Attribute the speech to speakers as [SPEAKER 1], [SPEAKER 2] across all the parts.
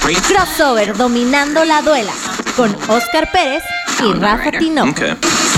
[SPEAKER 1] Crossover dominando la duela con Oscar Pérez y Rafa Tinoco.
[SPEAKER 2] Okay.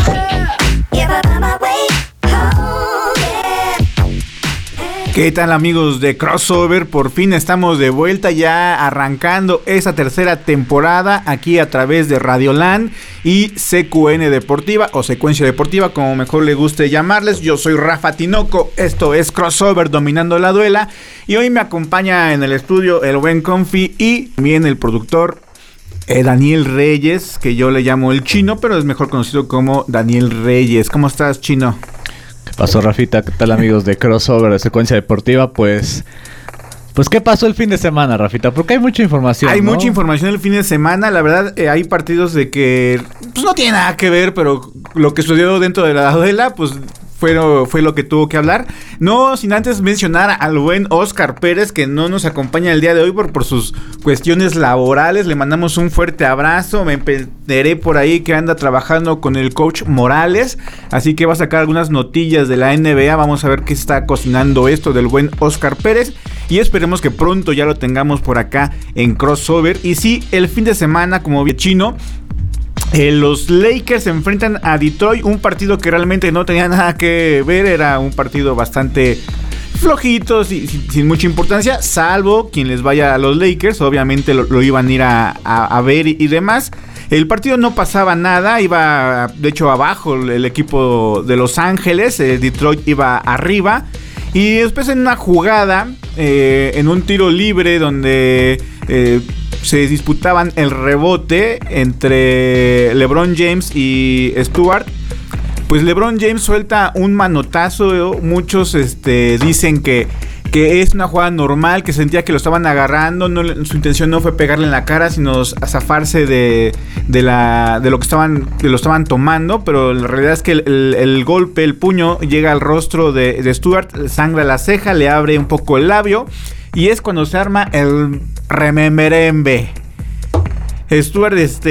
[SPEAKER 3] ¿Qué tal, amigos de Crossover? Por fin estamos de vuelta, ya arrancando esa tercera temporada aquí a través de Radioland y CQN Deportiva o Secuencia Deportiva, como mejor le guste llamarles. Yo soy Rafa Tinoco, esto es Crossover dominando la duela y hoy me acompaña en el estudio el buen Confi y también el productor Daniel Reyes, que yo le llamo el Chino, pero es mejor conocido como Daniel Reyes. ¿Cómo estás, Chino?
[SPEAKER 4] ¿Qué pasó, Rafita? ¿Qué tal, amigos de Crossover de Secuencia Deportiva? Pues ¿qué pasó el fin de semana, Rafita? Porque hay mucha información,
[SPEAKER 3] Hay
[SPEAKER 4] ¿no?
[SPEAKER 3] mucha información el fin de semana. La verdad, hay partidos de que pues no tiene nada que ver, pero lo que sucedió dentro de la duela, pues fue lo que tuvo que hablar. No sin antes mencionar al buen Oscar Pérez, que no nos acompaña el día de hoy por sus cuestiones laborales. Le mandamos un fuerte abrazo. Me enteré por ahí que anda trabajando con el coach Morales, así que va a sacar algunas notillas de la NBA. Vamos a ver qué está cocinando esto del buen Oscar Pérez y esperemos que pronto ya lo tengamos por acá en Crossover. Y sí, el fin de semana, como vi Chino, los Lakers se enfrentan a Detroit, un partido que realmente no tenía nada que ver, era un partido bastante flojito, sin mucha importancia, salvo quien les vaya a los Lakers, obviamente lo iban a ir a ver y demás. El partido no pasaba nada, iba de hecho abajo el equipo de Los Ángeles, Detroit iba arriba. Y después en una jugada, en un tiro libre donde se disputaban el rebote entre LeBron James y Stewart, pues LeBron James suelta un manotazo. Muchos dicen que es una jugada normal, que sentía que lo estaban agarrando, su intención no fue pegarle en la cara, sino zafarse de lo que estaban tomando, pero la realidad es que el golpe, el puño llega al rostro de Stewart, sangra la ceja, le abre un poco el labio y es cuando se arma el rememberembe. Stewart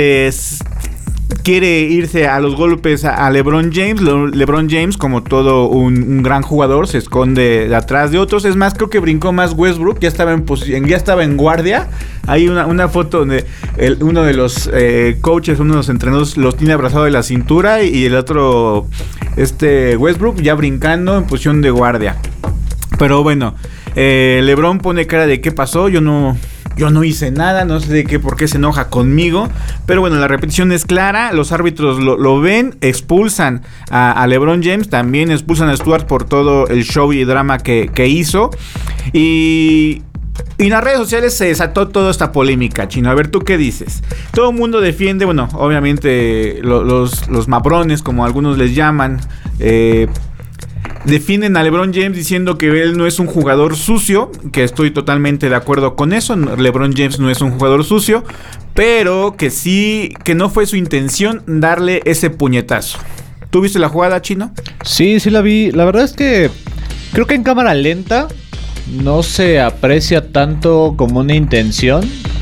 [SPEAKER 3] quiere irse a los golpes a LeBron James. LeBron James, como todo un gran jugador, se esconde de atrás de otros. Es más, creo que brincó más Westbrook. Ya estaba en guardia. Hay una foto donde uno de los coaches, uno de los entrenadores, los tiene abrazado de la cintura y el otro, Westbrook, ya brincando en posición de guardia. Pero bueno, LeBron pone cara de ¿qué pasó? Yo no hice nada, no sé por qué se enoja conmigo. Pero bueno, la repetición es clara. Los árbitros lo ven, expulsan a LeBron James. También expulsan a Stewart por todo el show y drama que hizo. Y en las redes sociales se desató toda esta polémica, Chino. A ver, ¿tú qué dices? Todo el mundo defiende, bueno, obviamente los mabrones, como algunos les llaman, defienden a LeBron James diciendo que él no es un jugador sucio, que estoy totalmente de acuerdo con eso. LeBron James no es un jugador sucio, pero que no fue su intención darle ese puñetazo. ¿Tú viste la jugada, Chino?
[SPEAKER 4] Sí la vi. La verdad es que creo que en cámara lenta no se aprecia tanto como una intención,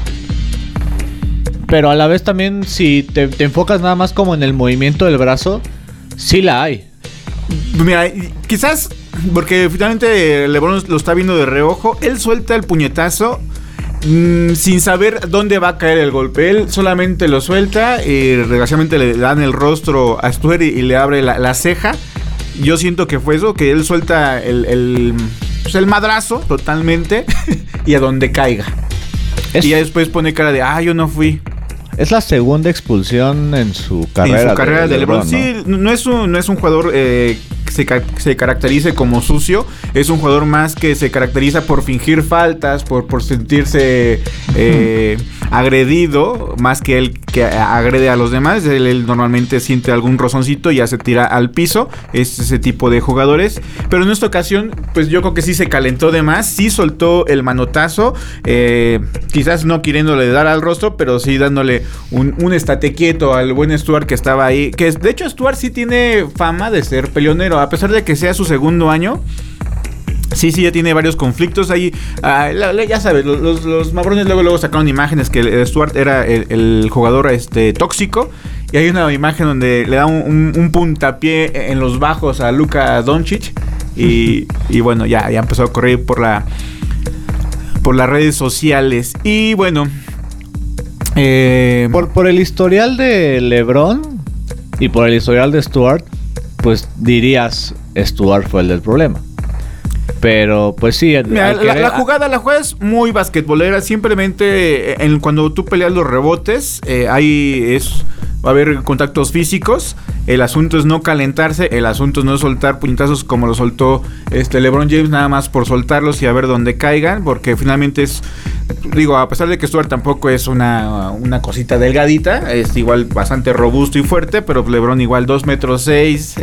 [SPEAKER 4] pero a la vez también si te enfocas nada más como en el movimiento del brazo, sí la hay.
[SPEAKER 3] Mira, quizás porque finalmente LeBron lo está viendo de reojo. Él suelta el puñetazo sin saber dónde va a caer el golpe. Él solamente lo suelta y desgraciadamente le dan el rostro a Stewart y le abre la ceja. Yo siento que fue eso, que él suelta el madrazo totalmente y a donde caiga. Y ya después pone cara de yo no fui.
[SPEAKER 4] Es la segunda expulsión en su carrera.
[SPEAKER 3] En su carrera de LeBron.
[SPEAKER 4] ¿No?
[SPEAKER 3] Sí, no es un jugador que se caracterice como sucio. Es un jugador más que se caracteriza por fingir faltas, por sentirse agredido, más que él que agrede a los demás. Él normalmente siente algún rozoncito y ya se tira al piso. Es ese tipo de jugadores. Pero en esta ocasión, pues yo creo que sí se calentó de más. Sí soltó el manotazo. Quizás no queriéndole dar al rostro, pero sí dándole un estate quieto al buen Stewart que estaba ahí. Que de hecho Stewart sí tiene fama de ser peleonero. A pesar de que sea su segundo año, sí, ya tiene varios conflictos ahí. Ya sabes, los mabrones luego sacaron imágenes que Stewart era el jugador tóxico. Y hay una imagen donde le da un puntapié en los bajos a Luka Doncic. Y bueno, ya empezó a correr por las redes sociales. Y bueno,
[SPEAKER 4] Por el historial de LeBron y por el historial de Stuart, pues dirías Stuart fue el del problema. Pero pues sí,
[SPEAKER 3] mira, la jugada es muy basquetbolera. Simplemente cuando tú peleas los rebotes, va a haber contactos físicos. El asunto es no calentarse, el asunto es no soltar puñetazos como lo soltó LeBron James, nada más por soltarlos y a ver dónde caigan, porque finalmente a pesar de que Stuart tampoco es una cosita delgadita, es igual bastante robusto y fuerte, pero LeBron igual 2 metros 6,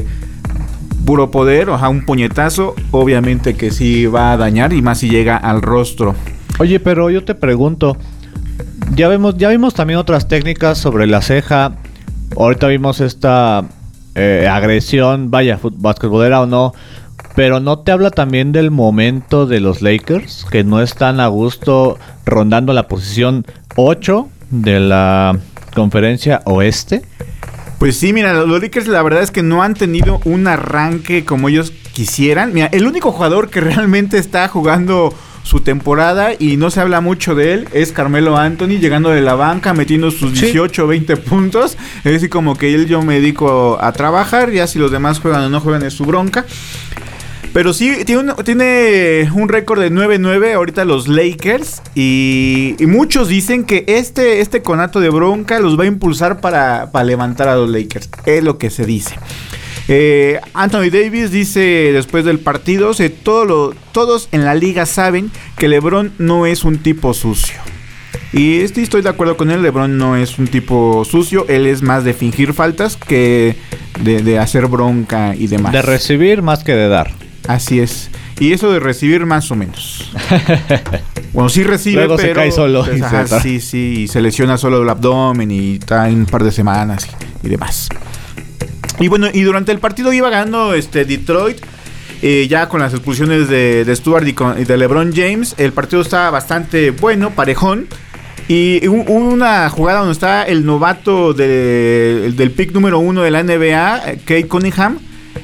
[SPEAKER 3] puro poder, un puñetazo, obviamente que sí va a dañar, y más si llega al rostro.
[SPEAKER 4] Oye, pero yo te pregunto, ya vimos también otras técnicas sobre la ceja. Ahorita vimos esta agresión, basquetbolera o no, pero ¿no te habla también del momento de los Lakers, que no están a gusto rondando la posición 8 de la conferencia oeste?
[SPEAKER 3] Pues sí, mira, los Lakers la verdad es que no han tenido un arranque como ellos quisieran. Mira, el único jugador que realmente está jugando su temporada y no se habla mucho de él es Carmelo Anthony, llegando de la banca, metiendo sus 18 o 20 puntos. Es decir, como que yo me dedico a trabajar, ya si los demás juegan o no juegan es su bronca. Pero sí, tiene un récord de 9-9 ahorita los Lakers. Y muchos dicen que este conato de bronca los va a impulsar para levantar a los Lakers. Es lo que se dice. Anthony Davis dice después del partido, todos en la liga saben que LeBron no es un tipo sucio. Y estoy de acuerdo con él. LeBron no es un tipo sucio. Él es más de fingir faltas que de hacer bronca y demás.
[SPEAKER 4] De recibir más que de dar.
[SPEAKER 3] Así es. Y eso de recibir más o menos. Bueno, sí recibe,
[SPEAKER 4] luego
[SPEAKER 3] pero
[SPEAKER 4] se cae solo.
[SPEAKER 3] Sí, y se lesiona solo el abdomen y está en un par de semanas y demás. Y bueno, y durante el partido iba ganando Detroit. Ya con las expulsiones de Stuart y de LeBron James, el partido estaba bastante bueno, parejón. Y hubo una jugada donde está el novato del pick número 1 de la NBA, Cade Cunningham,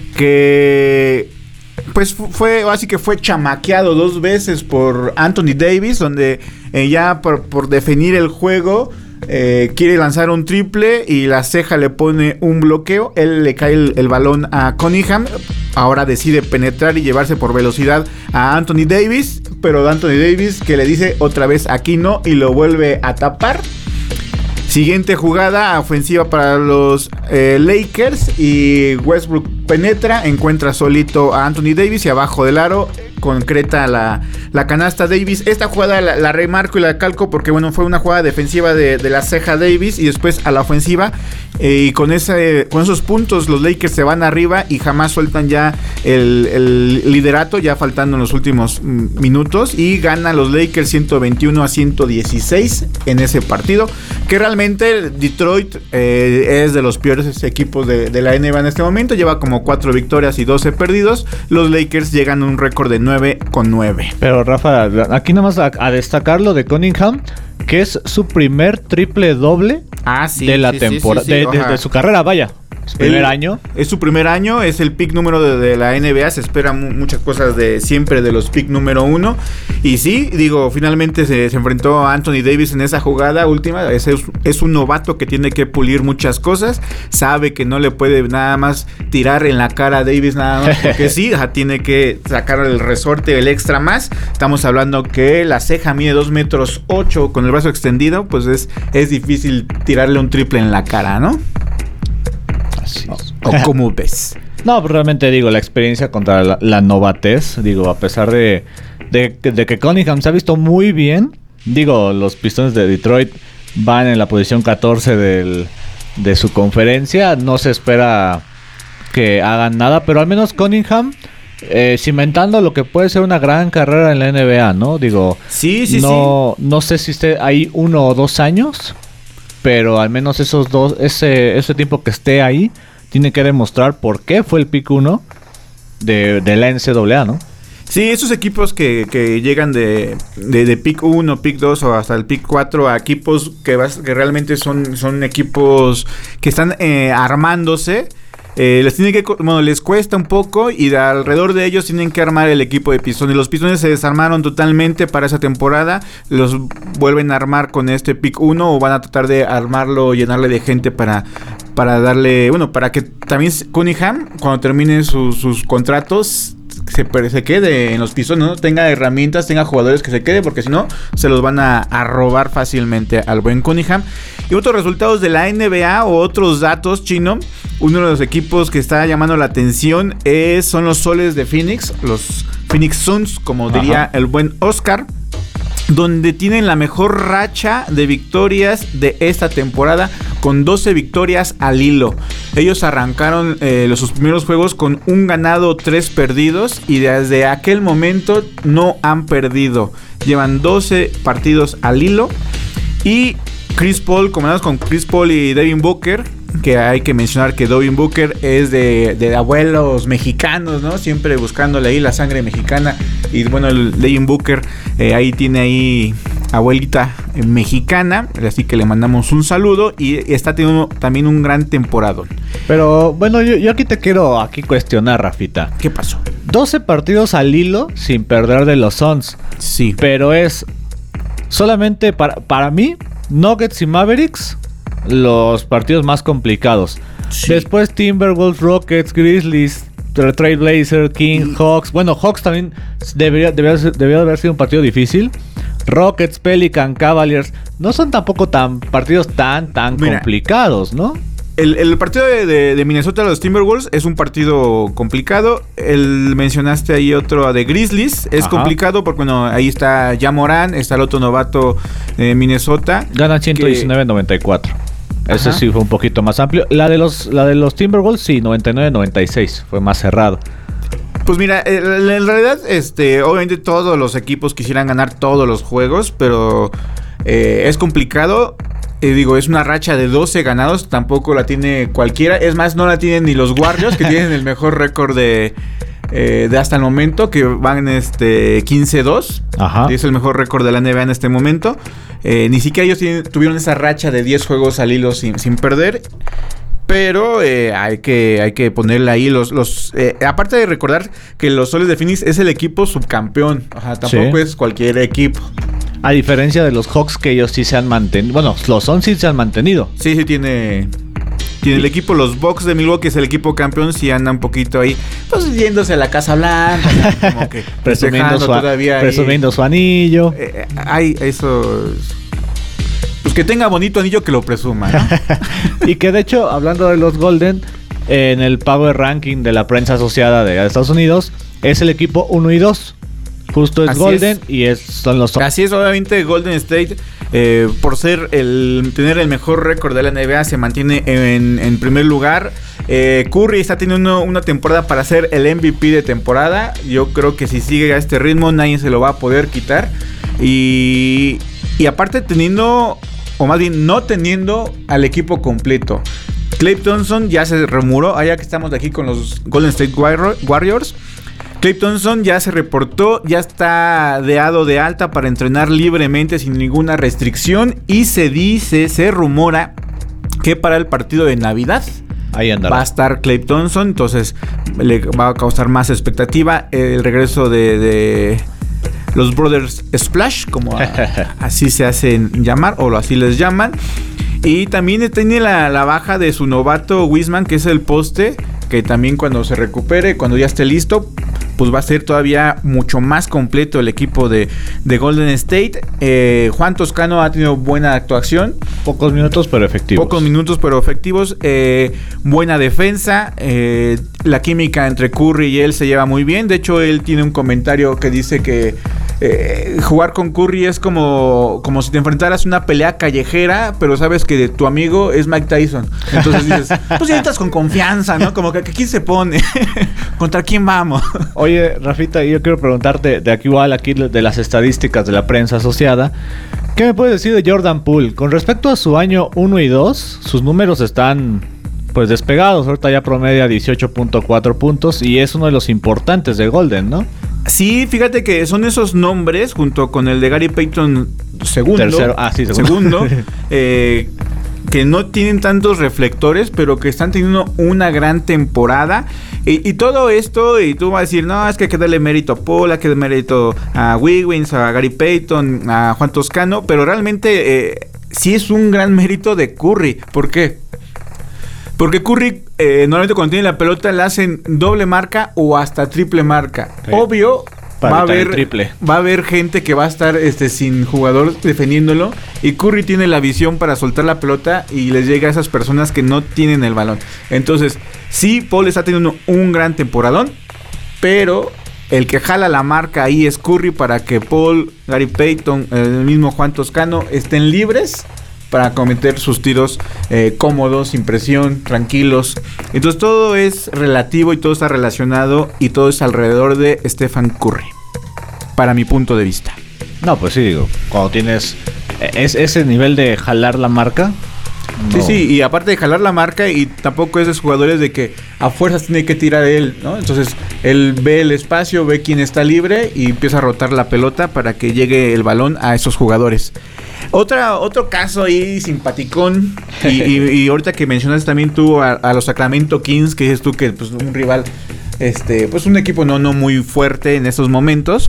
[SPEAKER 3] que pues fue chamaqueado 2 veces por Anthony Davis, donde ya por definir el juego quiere lanzar un triple y la ceja le pone un bloqueo. Él le cae el balón a Cunningham. Ahora decide penetrar y llevarse por velocidad a Anthony Davis, pero Anthony Davis que le dice otra vez aquí no y lo vuelve a tapar. Siguiente jugada ofensiva para los Lakers y Westbrook penetra, encuentra solito a Anthony Davis y abajo del aro concreta la canasta Davis. Esta jugada la remarco y la calco porque bueno, fue una jugada defensiva de la ceja Davis y después a la ofensiva, y con esos puntos los Lakers se van arriba y jamás sueltan ya el liderato, ya faltando en los últimos minutos, y ganan los Lakers 121-116 en ese partido, que realmente Detroit es de los peores equipos de la NBA en este momento. Lleva como 4 victorias y 12 perdidos. Los Lakers llegan a un récord de 9-9.
[SPEAKER 4] Pero Rafa, aquí nada más a destacar lo de Cunningham, que es su primer triple doble de la temporada, de su carrera, vaya. Su primer año.
[SPEAKER 3] Es su primer año, es el pick número de la NBA. Se esperan muchas cosas siempre de los pick número 1. Y sí, finalmente se enfrentó a Anthony Davis en esa jugada última. Es un novato que tiene que pulir muchas cosas. Sabe que no le puede nada más tirar en la cara a Davis nada más, porque sí, tiene que sacar el resorte, el extra más. Estamos hablando que la ceja mide 2 metros 8 con el brazo extendido. Pues es difícil tirarle un triple en la cara, ¿no? ¿O cómo ves?
[SPEAKER 4] No, pues realmente la experiencia contra la novatez, a pesar de que Cunningham se ha visto muy bien, los Pistones de Detroit van en la posición 14 de su conferencia, no se espera que hagan nada, pero al menos Cunningham cimentando lo que puede ser una gran carrera en la NBA, ¿no?
[SPEAKER 3] Sí.
[SPEAKER 4] No sé si esté ahí 1 o 2 años, pero al menos ese tiempo que esté ahí, tiene que demostrar por qué fue el pick 1 de la NCAA, ¿no?
[SPEAKER 3] Sí, esos equipos que llegan de pick 1, pick 2 o hasta el pick 4 a equipos que realmente son equipos que están armándose. les cuesta un poco y alrededor de ellos tienen que armar el equipo de Pistones. Los Pistones se desarmaron totalmente para esa temporada, los vuelven a armar con este pick 1 o van a tratar de armarlo, llenarle de gente para darle, para que también Cunningham, cuando termine sus contratos, se quede en los Pistones, ¿no? Tenga herramientas, tenga jugadores que se quede, porque si no, se los van a robar fácilmente al buen Cunningham. Y otros resultados de la NBA o otros datos, Chino. Uno de los equipos que está llamando la atención son los Soles de Phoenix, los Phoenix Suns, como diría el buen Oscar, donde tienen la mejor racha de victorias de esta temporada, con 12 victorias al hilo. Ellos arrancaron sus primeros juegos con 1 ganado, 3 perdidos, y desde aquel momento no han perdido. Llevan 12 partidos al hilo. Y Chris Paul, comandados con Chris Paul y Devin Booker, que hay que mencionar que Devin Booker es de abuelos mexicanos, ¿no? Siempre buscándole ahí la sangre mexicana. Y bueno, el Devin Booker ahí tiene abuelita mexicana, así que le mandamos un saludo y está teniendo también un gran temporadón.
[SPEAKER 4] Pero bueno, yo aquí te quiero cuestionar, Rafita.
[SPEAKER 3] ¿Qué pasó?
[SPEAKER 4] 12 partidos al hilo sin perder de los Suns.
[SPEAKER 3] Sí.
[SPEAKER 4] Pero es solamente para mí, Nuggets y Mavericks, los partidos más complicados. Sí. Después Timberwolves, Rockets, Grizzlies, Trailblazers, Kings, Hawks. Bueno, Hawks también debió haber sido un partido difícil. Rockets, Pelican, Cavaliers. No son tampoco partidos tan complicados, ¿no?
[SPEAKER 3] El partido de Minnesota a los Timberwolves es un partido complicado. Mencionaste ahí otro de Grizzlies. Es complicado porque, ahí está Ja Morant, está el otro novato de Minnesota.
[SPEAKER 4] Ganan 119-94. Ese sí fue un poquito más amplio. La de los Timberwolves, sí, 99-96. Fue más cerrado.
[SPEAKER 3] Pues mira, en realidad, obviamente todos los equipos quisieran ganar todos los juegos, pero es complicado. Es una racha de 12 ganados, tampoco la tiene cualquiera. Es más, no la tienen ni los Warriors, que tienen el mejor récord de hasta el momento, que van 15-2. Ajá. Es el mejor récord de la NBA en este momento. Ni siquiera ellos tuvieron esa racha de 10 juegos al hilo sin perder. Pero hay que ponerle ahí aparte de recordar que los Soles de Phoenix es el equipo subcampeón. Tampoco es cualquier equipo.
[SPEAKER 4] A diferencia de los Hawks, que ellos sí se han mantenido. Bueno, los Suns sí se han mantenido.
[SPEAKER 3] Sí, tiene el equipo. Los Bucks de Milwaukee es el equipo campeón. Sí anda un poquito ahí, pues yéndose a la Casa Blanca, como que
[SPEAKER 4] presumiendo su anillo.
[SPEAKER 3] Eso. Pues que tenga bonito anillo, que lo presuma, ¿no?
[SPEAKER 4] Y que de hecho, hablando de los Golden, en el Power Ranking de la prensa asociada de Estados Unidos, es el equipo 1 y 2. Justo es así Golden y son los...
[SPEAKER 3] Así es, obviamente Golden State, por tener el mejor récord de la NBA, se mantiene en primer lugar. Curry está teniendo una temporada para ser el MVP de temporada. Yo creo que si sigue a este ritmo, nadie se lo va a poder quitar. Y aparte teniendo, o más bien no teniendo al equipo completo. Klay Thompson ya se remuró, allá que estamos de aquí con los Golden State Warriors. Klay Thompson ya se reportó, ya está dado de alta para entrenar libremente sin ninguna restricción. Y se rumora que para el partido de Navidad
[SPEAKER 4] ahí andará.
[SPEAKER 3] Va a estar Klay Thompson, entonces le va a causar más expectativa el regreso de los Brothers Splash, como así se hacen llamar, o así les llaman. Y también tiene la baja de su novato Wiseman, que es el poste, que también cuando se recupere, cuando ya esté listo, pues va a ser todavía mucho más completo el equipo de Golden State. Juan Toscano ha tenido buena actuación.
[SPEAKER 4] Pocos minutos pero efectivos.
[SPEAKER 3] Buena defensa. La química entre Curry y él se lleva muy bien. De hecho, él tiene un comentario que dice que jugar con Curry es como si te enfrentaras a una pelea callejera, pero sabes que tu amigo es Mike Tyson. Entonces dices, pues ya entras con confianza, ¿no? Como que ¿quién se pone? ¿Contra quién vamos?
[SPEAKER 4] Oye, Rafita, yo quiero preguntarte aquí de las estadísticas de la prensa asociada. ¿Qué me puedes decir de Jordan Poole? Con respecto a su año 1 y 2, sus números están pues despegados. Ahorita ya promedia 18.4 puntos y es uno de los importantes de Golden, ¿no?
[SPEAKER 3] Sí, fíjate que son esos nombres, junto con el de Gary Payton segundo. que no tienen tantos reflectores, pero que están teniendo una gran temporada. Y todo esto, y tú vas a decir, no, es que hay que darle mérito a Paul, hay que darle mérito a Wiggins, a Gary Payton, a Juan Toscano, pero realmente sí es un gran mérito de Curry. ¿Por qué? Porque Curry normalmente cuando tiene la pelota le hacen doble marca o hasta triple marca. Sí. Obvio, va a haber gente que va a estar sin jugador defendiéndolo, y Curry tiene la visión para soltar la pelota y les llega a esas personas que no tienen el balón. Entonces, sí, Paul está teniendo un gran temporadón, pero el que jala la marca ahí es Curry para que Paul, Gary Payton, el mismo Juan Toscano estén libres para cometer sus tiros cómodos, sin presión, tranquilos. Entonces todo es relativo y todo está relacionado y todo es alrededor de Stephen Curry, para mi punto de vista.
[SPEAKER 4] No, pues sí, digo, cuando tienes ese nivel de jalar la marca. No.
[SPEAKER 3] Sí, y aparte de jalar la marca, y tampoco es de jugadores de que a fuerzas tiene que tirar él, ¿no? Entonces él ve el espacio, ve quién está libre y empieza a rotar la pelota para que llegue el balón a esos jugadores. Otro caso ahí simpaticón, y ahorita que mencionaste también tú a los Sacramento Kings, que dices tú que pues un rival, pues un equipo no muy fuerte en estos momentos.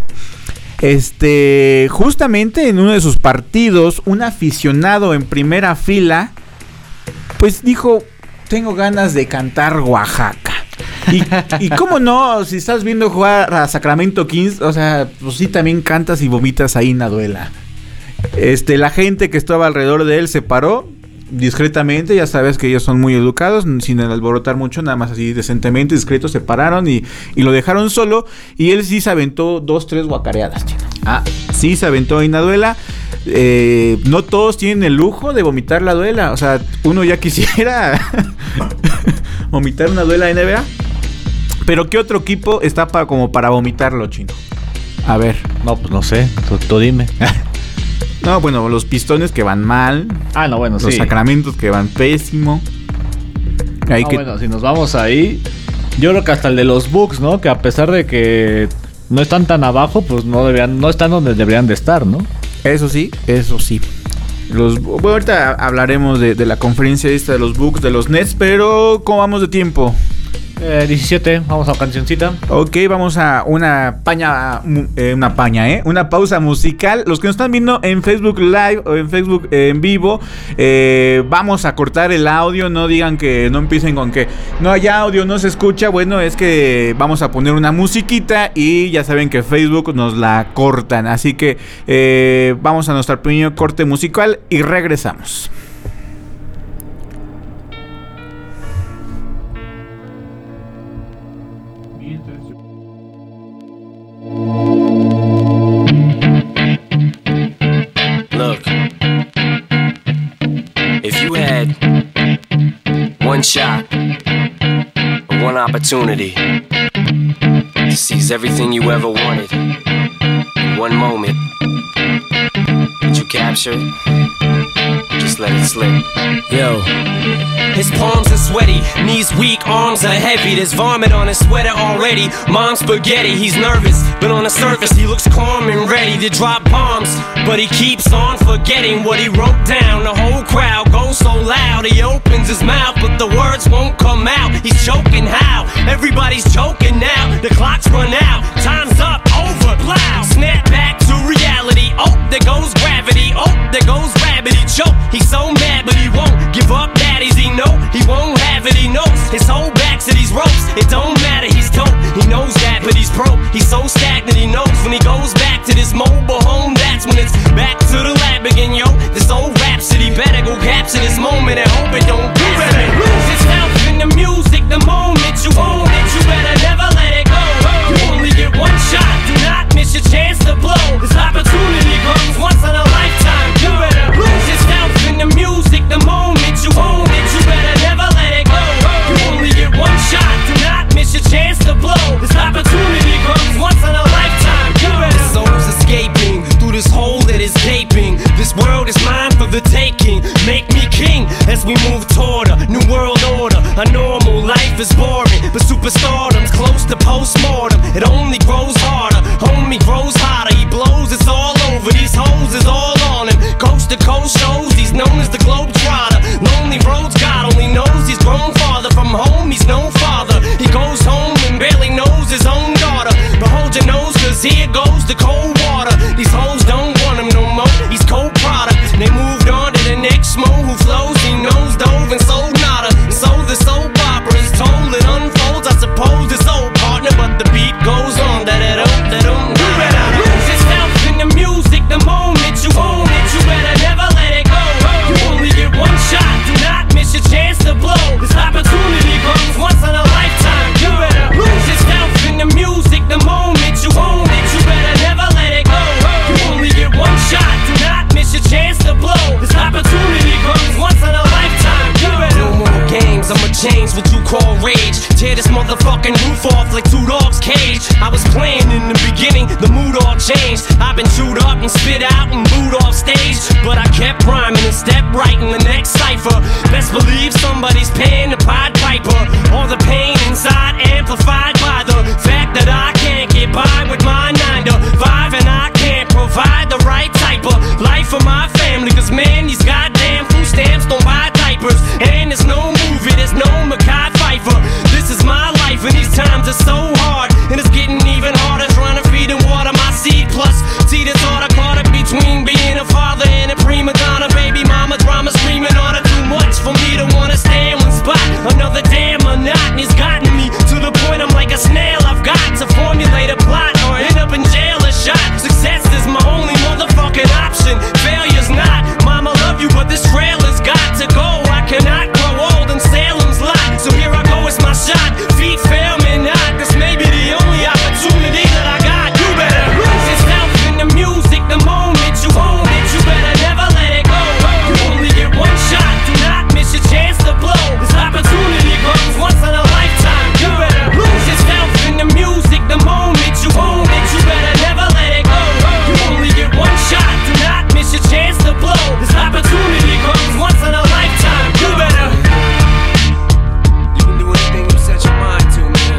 [SPEAKER 3] Justamente en uno de sus partidos, un aficionado en primera fila pues dijo, tengo ganas de cantar Oaxaca. Y cómo no, si estás viendo jugar a Sacramento Kings, o sea, pues sí, también cantas y vomitas ahí, Naduela. La gente que estaba alrededor de él se paró discretamente, ya sabes que ellos son muy educados, sin alborotar mucho, nada más así decentemente, discretos, se pararon y lo dejaron solo, y él sí se aventó 2-3 guacareadas, chino. Sí se aventó ahí, Naduela. No todos tienen el lujo de vomitar la duela, o sea, uno ya quisiera vomitar una duela de NBA, pero ¿qué otro equipo está como para vomitarlo, chino? A ver.
[SPEAKER 4] No, pues no sé, tú dime.
[SPEAKER 3] No, bueno, los Pistones que van mal.
[SPEAKER 4] No, bueno,
[SPEAKER 3] los Sacramentos que van pésimo.
[SPEAKER 4] Bueno, si nos vamos ahí, yo creo que hasta el de los Bucks, ¿no? Que a pesar de que no están tan abajo, pues no están donde deberían de estar, ¿no?
[SPEAKER 3] Eso sí. Bueno, ahorita hablaremos de la conferencia esta de los Bucks, de los Nets, pero ¿cómo vamos de tiempo?
[SPEAKER 4] 17, vamos a cancioncita.
[SPEAKER 3] Ok, vamos a una pausa musical. Los que nos están viendo en Facebook Live o en Facebook en vivo, vamos a cortar el audio. No digan que no empiecen con que no hay audio, no se escucha. Bueno, es que vamos a poner una musiquita y ya saben que Facebook nos la cortan. Así que vamos a nuestro pequeño corte musical y regresamos.
[SPEAKER 2] Look, if you had one shot, one opportunity to seize everything you ever wanted in one moment, would you capture it? Just let it slip. Yo. His palms are sweaty, knees weak, arms are heavy. There's vomit on his sweater already. Mom's spaghetti, he's nervous, but on the surface he looks calm and ready to drop bombs. But he keeps on forgetting what he wrote down. The whole crowd goes so loud, he opens his mouth, but the words won't come out. He's choking how? Everybody's choking now. The clock's run out, time's up, over, loud. Snap back to reality. Oh, there goes gravity. Oh, there goes rabbit. He choke. He's so mad, but he won't give up. Daddies, he know he won't have it. He knows his whole back to these ropes. It don't matter, he's dope. He knows that, but he's broke. He's so stagnant. He knows when he goes back to this mobile home, that's when it's back to the lab again, yo. This old rhapsody better go capture this moment and hope it don't do it. Lose itself in the music, the moment you own it, you better never let it go. You only get one shot. Do not miss your chance to blow. This opportunity comes once in a lifetime. You better lose yourself in the music, the moment you own it, you better never let it go. You only get one shot. Do not miss your chance to blow. This opportunity comes once in a lifetime. You better. The soul's escaping through this hole that is gaping. This world is mine for the taking. Make me king as we move toward a new world order. A normal life is boring, but superstardom's close to postmortem. It only grows harder, homie grows hotter. He blows, it's all over. These hoes is all on him. Coast to coast shows, he's known as the Globetrotter. motherfucking roof off like two dogs' cage. I was playing in the beginning, the mood all changed. I've been chewed up and spit out and booed off stage, but I kept rhyming and stepped right in the next cipher. Best believe somebody's paying the Pied Piper. All the pain inside amplified by the fact that I can't get by with my 9 to 5, and I can't provide the right type of life for my family. Cause man, these goddamn food stamps don't buy diapers, and there's no movie, there's no Mekhi Phifer. This is my life and these times are so hard, and it's getting even harder trying to feed and water my seed. Plus, see this order caught up between being a father and a prima donna. Baby mama drama screaming on her, too much for me to wanna stay in one spot. Another damn monotony's gotten me to the point I'm like a snail. I've got to formulate a plot or end up in jail or shot. Success is my only motherfucking option, failure's not. Mama love you, but this trailer's got to go. I cannot grow old in Salem's Lot, so here I go, it's my shot. Feet fail me not, this may be the only opportunity that I got. You better lose yourself in the music the moment you own it. You better never let it go. You only get one shot, do not miss your chance to blow. This opportunity comes once in a lifetime. You better lose yourself in the music the moment you own it. You better never let it go. You only get one shot, do not miss your chance to blow. This opportunity comes once in a lifetime. You better. You can do anything you set your mind to, man.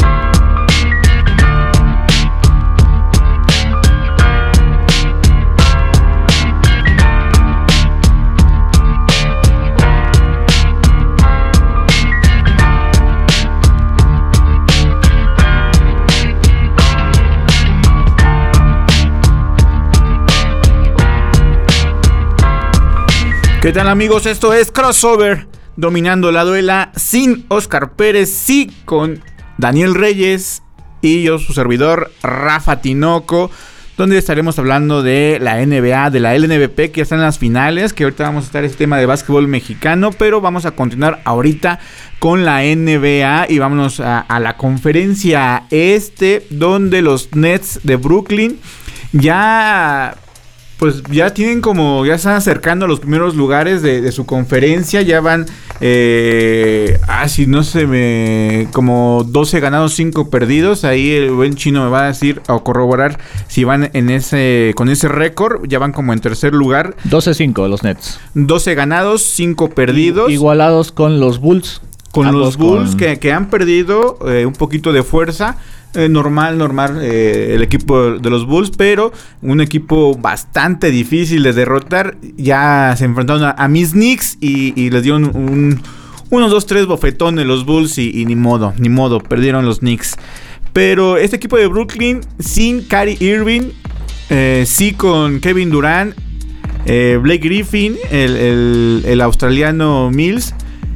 [SPEAKER 3] ¿Qué tal, amigos? Esto es Crossover, dominando la duela, sin Oscar Pérez, sí con Daniel Reyes y yo, su servidor, Rafa Tinoco, donde estaremos hablando de la NBA, de la LNBP, que ya están en las finales, que ahorita vamos a estar en este tema de básquetbol mexicano, pero vamos a continuar ahorita con la NBA y vámonos a la conferencia donde los Nets de Brooklyn ya tienen ya están acercando a los primeros lugares de su conferencia. Ya van, como 12 ganados, 5 perdidos. Ahí el buen chino me va a decir o corroborar si van con ese récord. Ya van como en tercer lugar.
[SPEAKER 4] 12-5 los Nets.
[SPEAKER 3] 12 ganados, 5 perdidos.
[SPEAKER 4] Igualados con los Bulls.
[SPEAKER 3] Con los Bulls que han perdido un poquito de fuerza. Normal el equipo de los Bulls, pero un equipo bastante difícil de derrotar. Ya se enfrentaron a mis Knicks y les dio unos 2-3 bofetones los Bulls y ni modo, perdieron los Knicks. Pero este equipo de Brooklyn, sin Kyrie Irving, sí con Kevin Durant, Blake Griffin, el australiano Mills,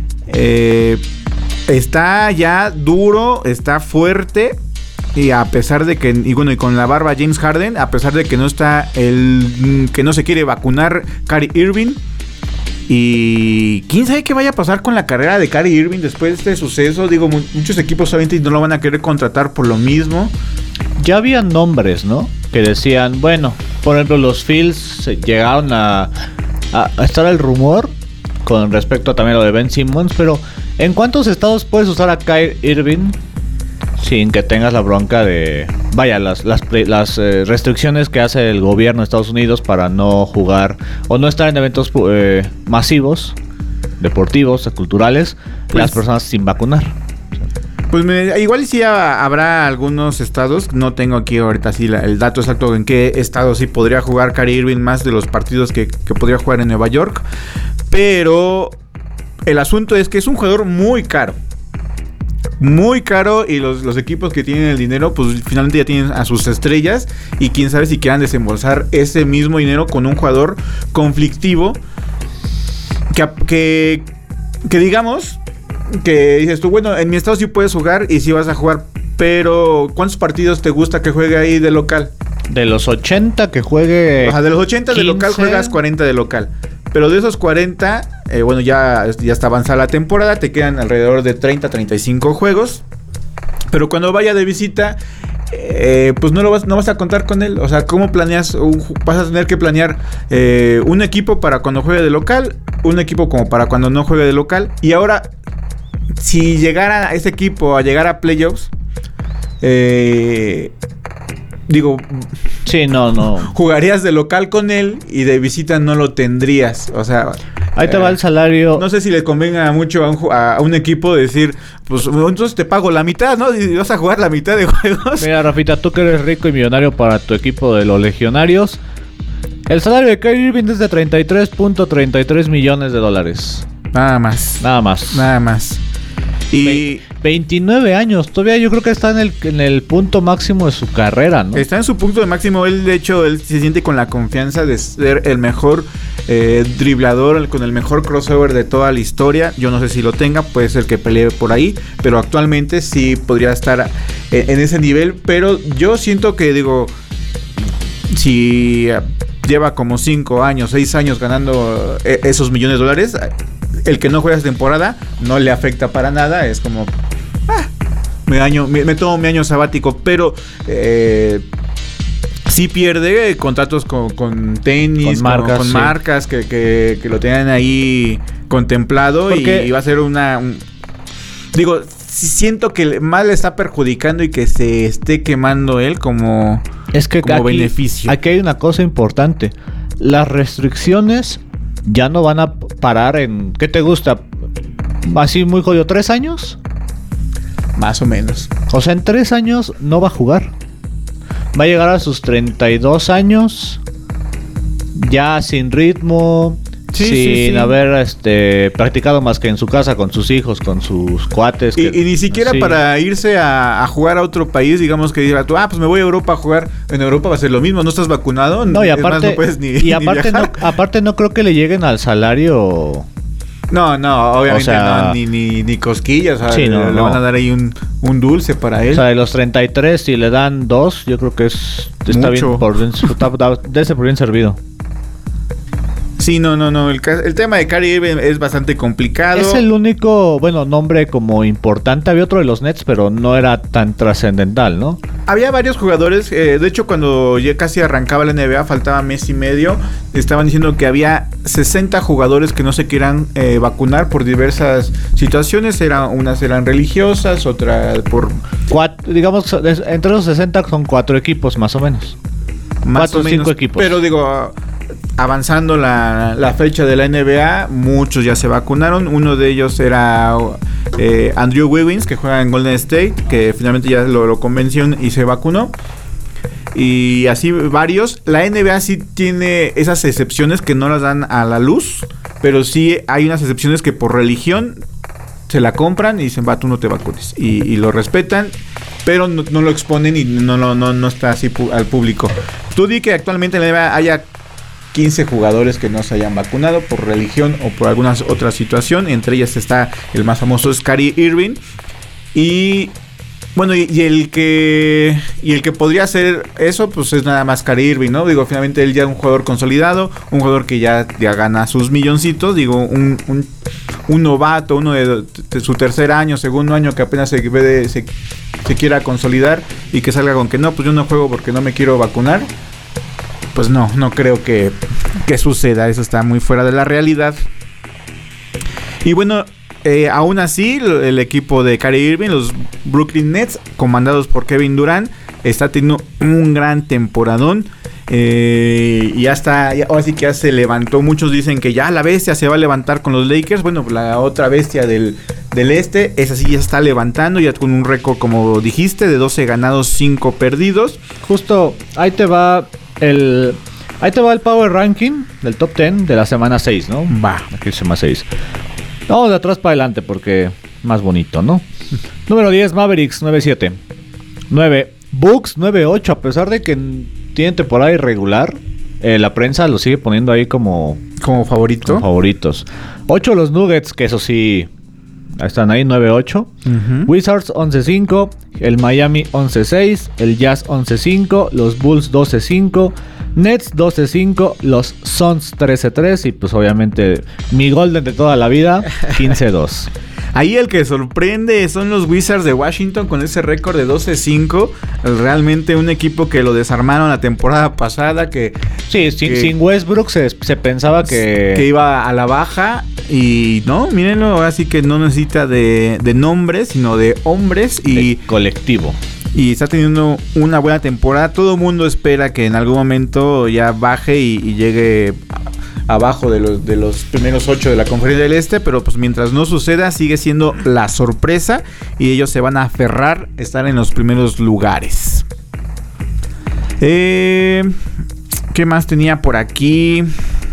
[SPEAKER 3] está ya duro, está fuerte. Y a pesar de que, y con la barba James Harden, a pesar de que no está que no se quiere vacunar Kyrie Irving. Y quién sabe qué vaya a pasar con la carrera de Kyrie Irving después de este suceso. Digo, muchos equipos obviamente no lo van a querer contratar por lo mismo.
[SPEAKER 4] Ya había nombres, ¿no? Que decían, bueno, por ejemplo, los Phils llegaron a estar el rumor con respecto a también lo de Ben Simmons, pero ¿en cuántos estados puedes usar a Kyrie Irving sin que tengas la bronca de las restricciones que hace el gobierno de Estados Unidos para no jugar o no estar en eventos masivos, deportivos, culturales, las personas sin vacunar?
[SPEAKER 3] Pues igual sí habrá algunos estados, no tengo aquí ahorita sí el dato exacto en qué estado sí podría jugar Kyrie Irving más de los partidos que podría jugar en Nueva York, pero el asunto es que es un jugador muy caro y los equipos que tienen el dinero pues finalmente ya tienen a sus estrellas y quién sabe si quieran desembolsar ese mismo dinero con un jugador conflictivo que digamos que dices tú, bueno, en mi estado sí puedes jugar y sí vas a jugar, pero ¿cuántos partidos te gusta que juegue ahí de local?
[SPEAKER 4] De los 80 que juegue.
[SPEAKER 3] De los 80 15. De local juegas 40 de local. Pero de esos 40, ya está avanzada la temporada, te quedan alrededor de 30-35 juegos. Pero cuando vaya de visita, pues no vas a contar con él. O sea, ¿cómo planeas? Vas a tener que planear un equipo para cuando juegue de local, un equipo como para cuando no juegue de local. Y ahora, si llegara ese equipo a llegar a playoffs, digo,
[SPEAKER 4] sí, no.
[SPEAKER 3] jugarías de local con él y de visita no lo tendrías. O sea,
[SPEAKER 4] ahí te va el salario.
[SPEAKER 3] No sé si le convenga mucho a un equipo decir, pues entonces te pago la mitad, ¿no? Y vas a jugar la mitad de juegos.
[SPEAKER 4] Mira, Rafita, tú que eres rico y millonario para tu equipo de los legionarios, el salario de Kyrie Irving es de $33.33 millones.
[SPEAKER 3] Nada más. Y
[SPEAKER 4] 29 años, todavía yo creo que está en el punto máximo de su carrera, ¿no?
[SPEAKER 3] Está en su punto de máximo. Él, de hecho, él se siente con la confianza de ser el mejor driblador, con el mejor crossover de toda la historia. Yo no sé si lo tenga, puede ser que pelee por ahí, pero actualmente sí podría estar en ese nivel. Pero yo siento que, digo, si lleva como 5 años, 6 años ganando esos millones de dólares, el que no juega esa temporada no le afecta para nada. Es como, me tomo mi año sabático, pero sí pierde contratos con tenis, con marcas que lo tengan ahí contemplado. Y va a ser digo, siento que más le está perjudicando y que se esté quemando él como beneficio.
[SPEAKER 4] Aquí hay una cosa importante. Las restricciones ya no van a parar en... ¿Qué te gusta? Así muy jodido, ¿3 años?
[SPEAKER 3] Más o menos.
[SPEAKER 4] O sea, en 3 años no va a jugar. Va a llegar a sus 32 años ya sin ritmo, sin haber practicado más que en su casa con sus hijos, con sus cuates.
[SPEAKER 3] Y ni siquiera para irse a jugar a otro país, digamos que diga tú, pues me voy a Europa a jugar. En Europa va a ser lo mismo, no estás vacunado.
[SPEAKER 4] No, y aparte,
[SPEAKER 3] más, no puedes ni
[SPEAKER 4] aparte no creo que le lleguen al salario.
[SPEAKER 3] No, obviamente, o sea, no, ni cosquillas. O sea,
[SPEAKER 4] sí,
[SPEAKER 3] le van a dar ahí un dulce para él.
[SPEAKER 4] O sea, de los 33, si le dan 2, yo creo que está bien, dese por bien servido.
[SPEAKER 3] Sí, no. El tema de Kyrie Irving es bastante complicado.
[SPEAKER 4] Es el único, nombre como importante. Había otro de los Nets, pero no era tan trascendental, ¿no?
[SPEAKER 3] Había varios jugadores. De hecho, cuando ya casi arrancaba la NBA, faltaba mes y medio. Estaban diciendo que había 60 jugadores que no se quieran vacunar por diversas situaciones. Unas eran religiosas, otras por...
[SPEAKER 4] digamos, entre los 60 son 4 equipos, más o menos. 4 o 5 equipos.
[SPEAKER 3] Pero digo... Avanzando la fecha de la NBA, muchos ya se vacunaron. Uno de ellos era Andrew Wiggins, que juega en Golden State, que finalmente ya lo convenció y se vacunó. Y así varios. La NBA sí tiene esas excepciones que no las dan a la luz, pero sí hay unas excepciones que por religión se la compran y dicen, tú no te vacunes. Y lo respetan, pero no lo exponen y no está así al público. Tú di que actualmente en la NBA haya 15 jugadores que no se hayan vacunado por religión o por alguna otra situación. Entre ellas está el más famoso, es Kyrie Irving. Y bueno, y el que podría hacer eso, pues es nada más Kyrie Irving, ¿no? Digo, finalmente él ya es un jugador consolidado, un jugador que ya gana sus milloncitos. Digo, un novato, uno de su tercer año, segundo año, que apenas se quiera consolidar y que salga con que no, pues yo no juego porque no me quiero vacunar. Pues no creo que suceda. Eso está muy fuera de la realidad. Y bueno, aún así, el equipo de Kyrie Irving, los Brooklyn Nets, comandados por Kevin Durant, está teniendo un gran temporadón. Y ahora sí que ya se levantó. Muchos dicen que ya la bestia se va a levantar con los Lakers. Bueno, la otra bestia del este, esa sí ya está levantando, ya con un récord, como dijiste, de 12 ganados, 5 perdidos.
[SPEAKER 4] Justo, ahí te va el Power Ranking del Top 10 de la semana 6, ¿no? Aquí semana 6. Vamos de atrás para adelante porque más bonito, ¿no? Número 10, Mavericks, 9-7. 9, Bucks, 9-8. A pesar de que tienen temporada irregular, la prensa lo sigue poniendo ahí como
[SPEAKER 3] favorito.
[SPEAKER 4] Como favoritos. 8, los Nuggets, que eso sí, están ahí, 9-8. Wizards, 11-5. El Miami, 11-6. El Jazz, 11-5. Los Bulls, 12-5. Nets, 12-5. Los Suns, 13-3. Y pues obviamente mi Golden de toda la vida, 15-2.
[SPEAKER 3] Ahí el que sorprende son los Wizards de Washington con ese récord de 12-5. Realmente un equipo que lo desarmaron la temporada pasada.
[SPEAKER 4] Sin Westbrook se pensaba que
[SPEAKER 3] iba a la baja. Y no, mírenlo, ahora sí que no necesita de nombres, sino de hombres y
[SPEAKER 4] colectivo.
[SPEAKER 3] Y está teniendo una buena temporada. Todo el mundo espera que en algún momento ya baje y llegue abajo de los primeros 8 de la Conferencia del Este, pero pues mientras no suceda sigue siendo la sorpresa y ellos se van a aferrar a estar en los primeros lugares. ¿Qué más tenía por aquí?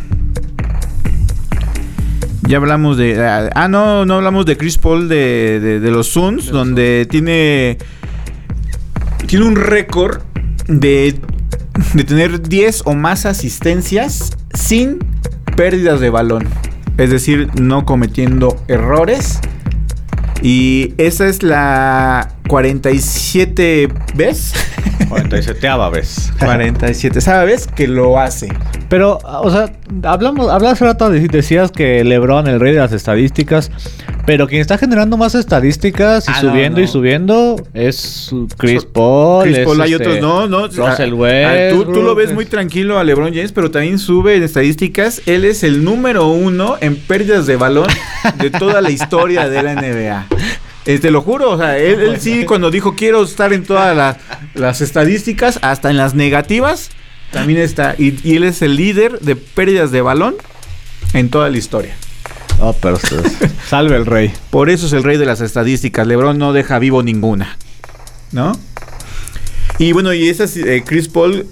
[SPEAKER 3] Ya hablamos de... no hablamos de Chris Paul de los Suns, donde tiene un récord de tener 10 o más asistencias sin pérdidas de balón, es decir, no cometiendo errores. Y esa es la 47 vez.
[SPEAKER 4] 47ª vez.
[SPEAKER 3] 47ª vez que lo hace.
[SPEAKER 4] Pero, o sea, hablabas hace rato, decías que LeBron, el rey de las estadísticas, pero quien está generando más estadísticas y y subiendo es Chris Paul.
[SPEAKER 3] Chris Paul, hay otros, no.
[SPEAKER 4] Russell Westbrook.
[SPEAKER 3] Tú lo ves muy tranquilo a LeBron James, pero también sube en estadísticas. Él es el número 1 en pérdidas de balón de toda la historia de la NBA. Te lo juro, o sea, él sí, cuando dijo quiero estar en todas las estadísticas, hasta en las negativas, también está. Y él es el líder de pérdidas de balón en toda la historia.
[SPEAKER 4] Oh, pero salve el rey.
[SPEAKER 3] Por eso es el rey de las estadísticas. LeBron no deja vivo ninguna, ¿no? Y bueno, y esa Chris Paul.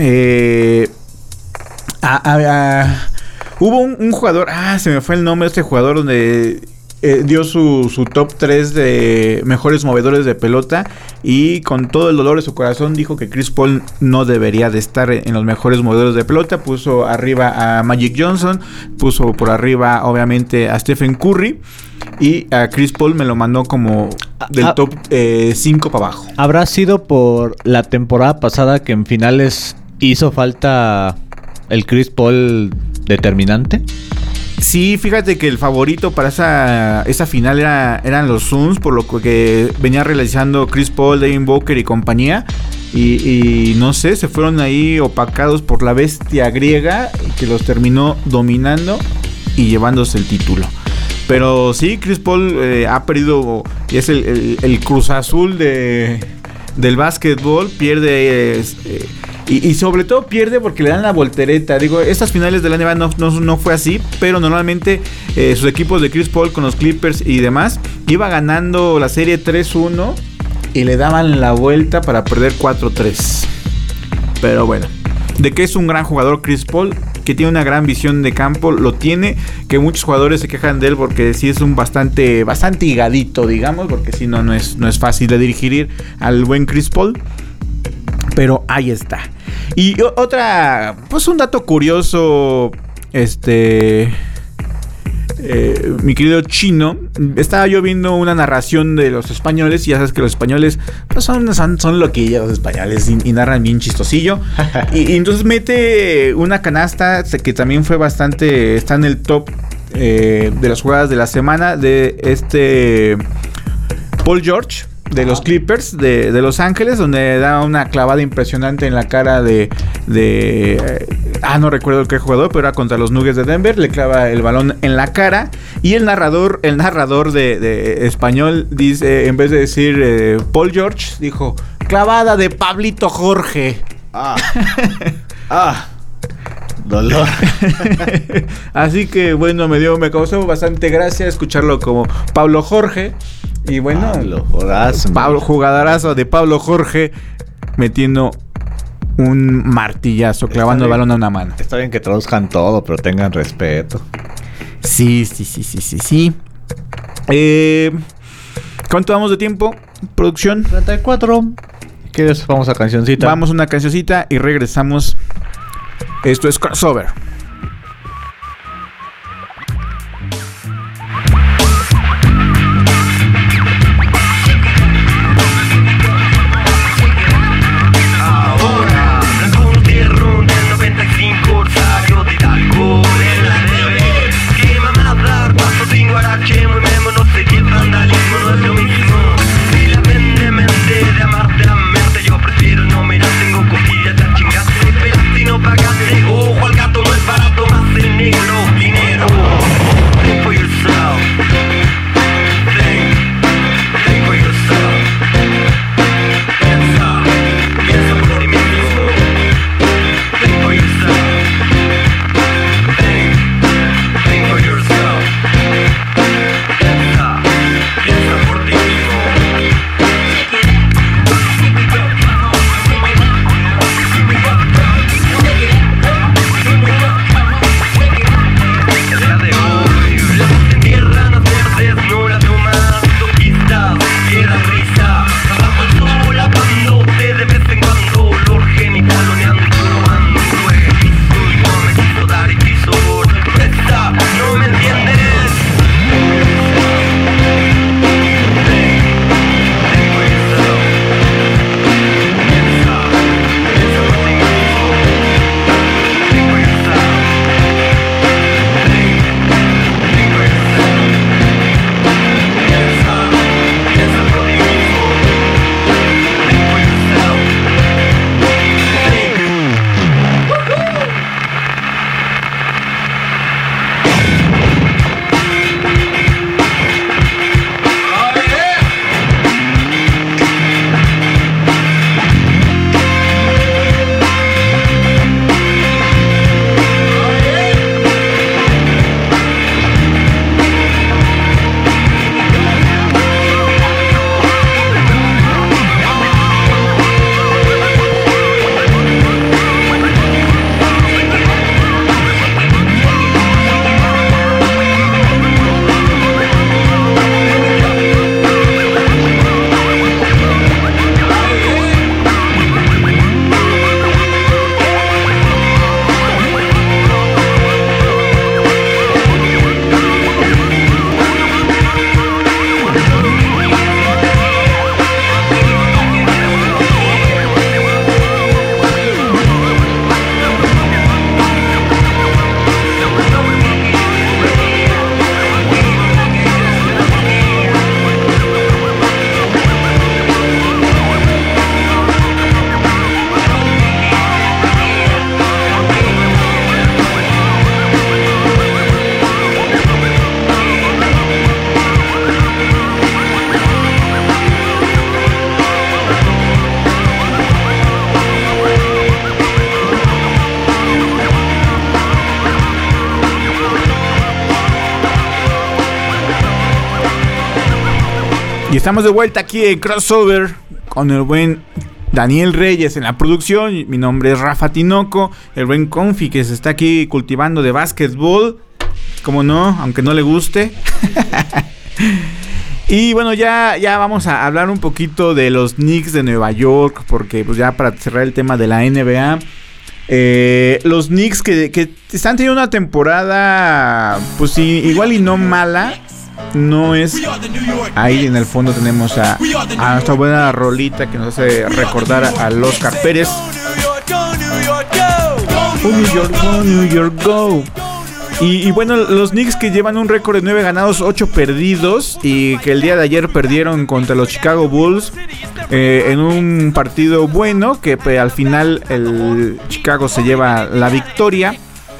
[SPEAKER 3] Hubo un jugador. Se me fue el nombre de este jugador donde dio su top 3 de mejores movedores de pelota. Y con todo el dolor de su corazón dijo que Chris Paul no debería de estar en los mejores movedores de pelota. Puso arriba a Magic Johnson, puso por arriba obviamente a Stephen Curry, y a Chris Paul me lo mandó como del top 5 para abajo.
[SPEAKER 4] ¿Habrá sido por la temporada pasada que en finales hizo falta el Chris Paul determinante?
[SPEAKER 3] Sí, fíjate que el favorito para esa final eran los Suns, por lo que venía realizando Chris Paul, Devin Booker y compañía. Y no sé, se fueron ahí opacados por la bestia griega, que los terminó dominando y llevándose el título. Pero sí, Chris Paul ha perdido, y es el Cruz Azul del básquetbol. Pierde... Y sobre todo pierde porque le dan la voltereta. Digo, estas finales de la NBA no fue así, pero normalmente sus equipos de Chris Paul con los Clippers y demás iba ganando la serie 3-1 y le daban la vuelta para perder 4-3. Pero bueno, de que es un gran jugador Chris Paul, que tiene una gran visión de campo, lo tiene, que muchos jugadores se quejan de él porque sí es un bastante higadito, digamos, porque si no es fácil de dirigir al buen Chris Paul. Pero ahí está. Y otra, pues un dato curioso, mi querido Chino, estaba yo viendo una narración de los españoles, y ya sabes que los españoles pues son loquillos los españoles y narran bien chistosillo. y entonces mete una canasta que también fue bastante, está en el top de las jugadas de la semana, de Paul George, de los Clippers de Los Ángeles, donde da una clavada impresionante en la cara no recuerdo qué jugador, pero era contra los Nuggets de Denver. Le clava el balón en la cara, y el narrador de español dice, en vez de decir Paul George, dijo clavada de Pablito Jorge.
[SPEAKER 4] Dolor.
[SPEAKER 3] Así que bueno, me causó bastante gracia escucharlo como Pablo Jorge. Y bueno, jugadorazo de Pablo Jorge, metiendo un martillazo, clavando el balón a una mano.
[SPEAKER 4] Está bien que traduzcan todo, pero tengan respeto.
[SPEAKER 3] Sí. ¿Cuánto vamos de tiempo, producción?
[SPEAKER 4] 34. ¿Quieres? Vamos a cancioncita.
[SPEAKER 3] Vamos a una cancioncita y regresamos. Esto es Crossover.
[SPEAKER 5] Che, muy memo, no sé qué tan
[SPEAKER 3] Y estamos de vuelta aquí en Crossover con el buen Daniel Reyes en la producción. Mi nombre es Rafa Tinoco, el buen Confi que se está aquí cultivando de básquetbol. Como no, aunque no le guste. Y bueno, ya vamos a hablar un poquito de los Knicks de Nueva York, porque pues ya para cerrar el tema de la NBA, los Knicks que están teniendo una temporada pues igual y no mala. No es. Ahí en el fondo tenemos a nuestra buena rolita que nos hace recordar al Oscar Pérez. New York, go. Y bueno, los Knicks que llevan un récord de 9 ganados, 8 perdidos, y que el día de ayer perdieron contra los Chicago Bulls en un partido bueno, que al final el Chicago se lleva la victoria.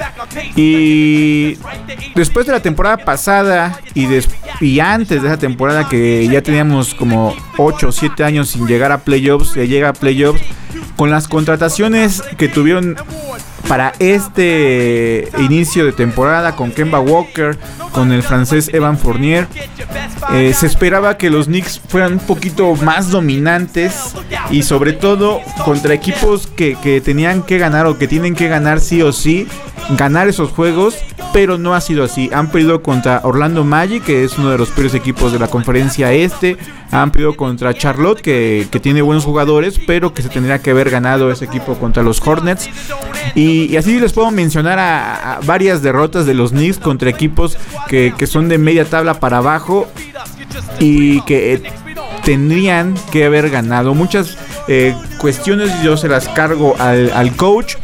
[SPEAKER 3] Y después de la temporada pasada y antes de esa temporada que ya teníamos como 8 o 7 años sin llegar a playoffs, ya llega a playoffs, con las contrataciones que tuvieron para este inicio de temporada, con Kemba Walker, con el francés Evan Fournier, se esperaba que los Knicks fueran un poquito más dominantes y sobre todo contra equipos que tenían que ganar o que tienen que ganar sí o sí, ganar esos juegos, pero no ha sido así. Han perdido contra Orlando Magic, que es uno de los peores equipos de la conferencia este. Han perdido contra Charlotte, que tiene buenos jugadores, pero que se tendría que haber ganado ese equipo contra los Hornets. Y así les puedo mencionar a varias derrotas de los Knicks contra equipos que son de media tabla para abajo y que tendrían que haber ganado. Muchas cuestiones yo se las cargo al coach.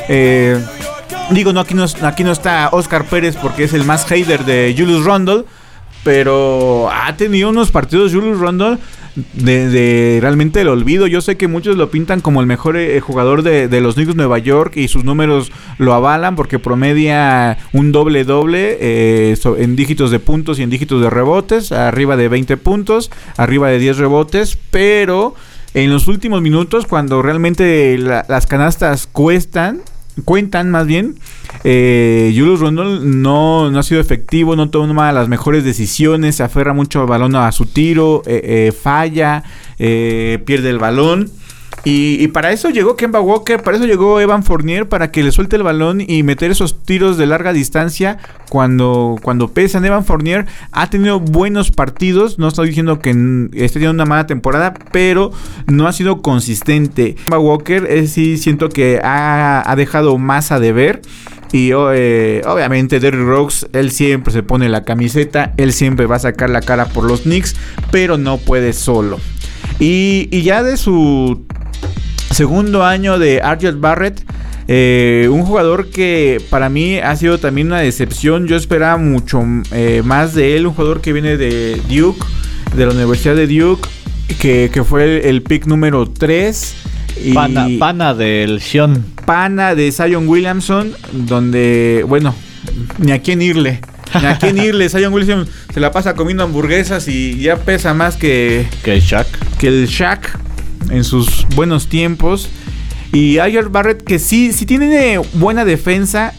[SPEAKER 3] Digo, aquí no está Oscar Pérez porque es el más hater de Julius Randle, pero ha tenido unos partidos Julius Randle de realmente el olvido. Yo sé que muchos lo pintan como el mejor jugador de los Knicks de Nueva York y sus números lo avalan porque promedia un doble en dígitos de puntos y en dígitos de rebotes, arriba de 20 puntos, arriba de 10 rebotes, pero en los últimos minutos, cuando realmente las canastas cuentan más bien, Julius Randle no ha sido efectivo, no toma las mejores decisiones, se aferra mucho al balón a su tiro, falla, pierde el balón. Y para eso llegó Kemba Walker, para eso llegó Evan Fournier, para que le suelte el balón y meter esos tiros de larga distancia cuando pesan. Evan Fournier ha tenido buenos partidos, no estoy diciendo que esté teniendo una mala temporada, pero no ha sido consistente. Kemba Walker sí siento que ha dejado más a deber. Y obviamente Derrick Rose, él siempre se pone la camiseta, él siempre va a sacar la cara por los Knicks, pero no puede solo. Y ya de su segundo año de R.J. Barrett, un jugador que para mí ha sido también una decepción. Yo esperaba mucho más de él, un jugador que viene de Duke, de la Universidad de Duke, que fue el pick número 3.
[SPEAKER 4] Pana del Sion.
[SPEAKER 3] Pana de Zion Williamson, donde, bueno, ni a quién irle. Zion Williamson se la pasa comiendo hamburguesas y ya pesa más que
[SPEAKER 4] el Shaq.
[SPEAKER 3] Que el Shaq en sus buenos tiempos. Y R.J. Barrett, que sí tiene buena defensa,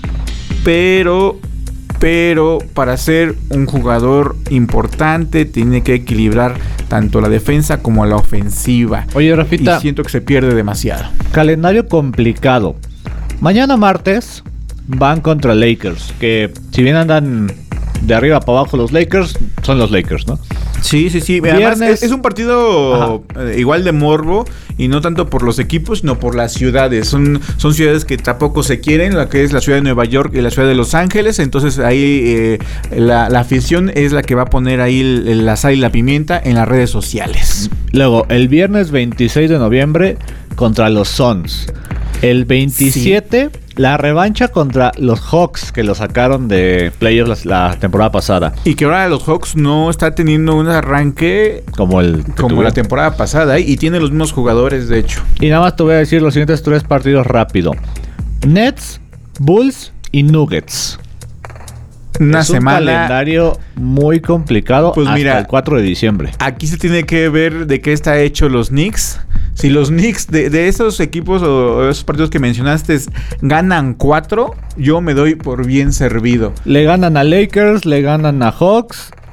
[SPEAKER 3] pero para ser un jugador importante tiene que equilibrar tanto la defensa como la ofensiva.
[SPEAKER 4] Oye, Rafita,
[SPEAKER 3] y siento que se pierde demasiado.
[SPEAKER 4] Calendario complicado. Mañana martes van contra Lakers, que si bien andan de arriba para abajo los Lakers, son los Lakers, ¿no?
[SPEAKER 3] Sí. Además, es un partido igual de morbo, y no tanto por los equipos, sino por las ciudades. Son ciudades que tampoco se quieren, la que es la ciudad de Nueva York y la ciudad de Los Ángeles. Entonces ahí la afición es la que va a poner ahí la sal y la pimienta en las redes sociales.
[SPEAKER 4] Luego, el viernes 26 de noviembre contra los Suns. El 27, sí, la revancha contra los Hawks, que lo sacaron de playoffs la temporada pasada.
[SPEAKER 3] Y que ahora los Hawks no está teniendo un arranque como la temporada pasada, y tiene los mismos jugadores, de hecho.
[SPEAKER 4] Y nada más te voy a decir los siguientes 3 partidos rápido: Nets, Bulls y Nuggets.
[SPEAKER 3] Una
[SPEAKER 4] es
[SPEAKER 3] semana.
[SPEAKER 4] Un calendario muy complicado, pues hasta mira, el 4 de diciembre.
[SPEAKER 3] Aquí se tiene que ver de qué está hecho los Knicks. Si los Knicks de esos equipos o esos partidos que mencionaste ganan 4, yo me doy por bien servido.
[SPEAKER 4] Le ganan a Lakers, le ganan a Hawks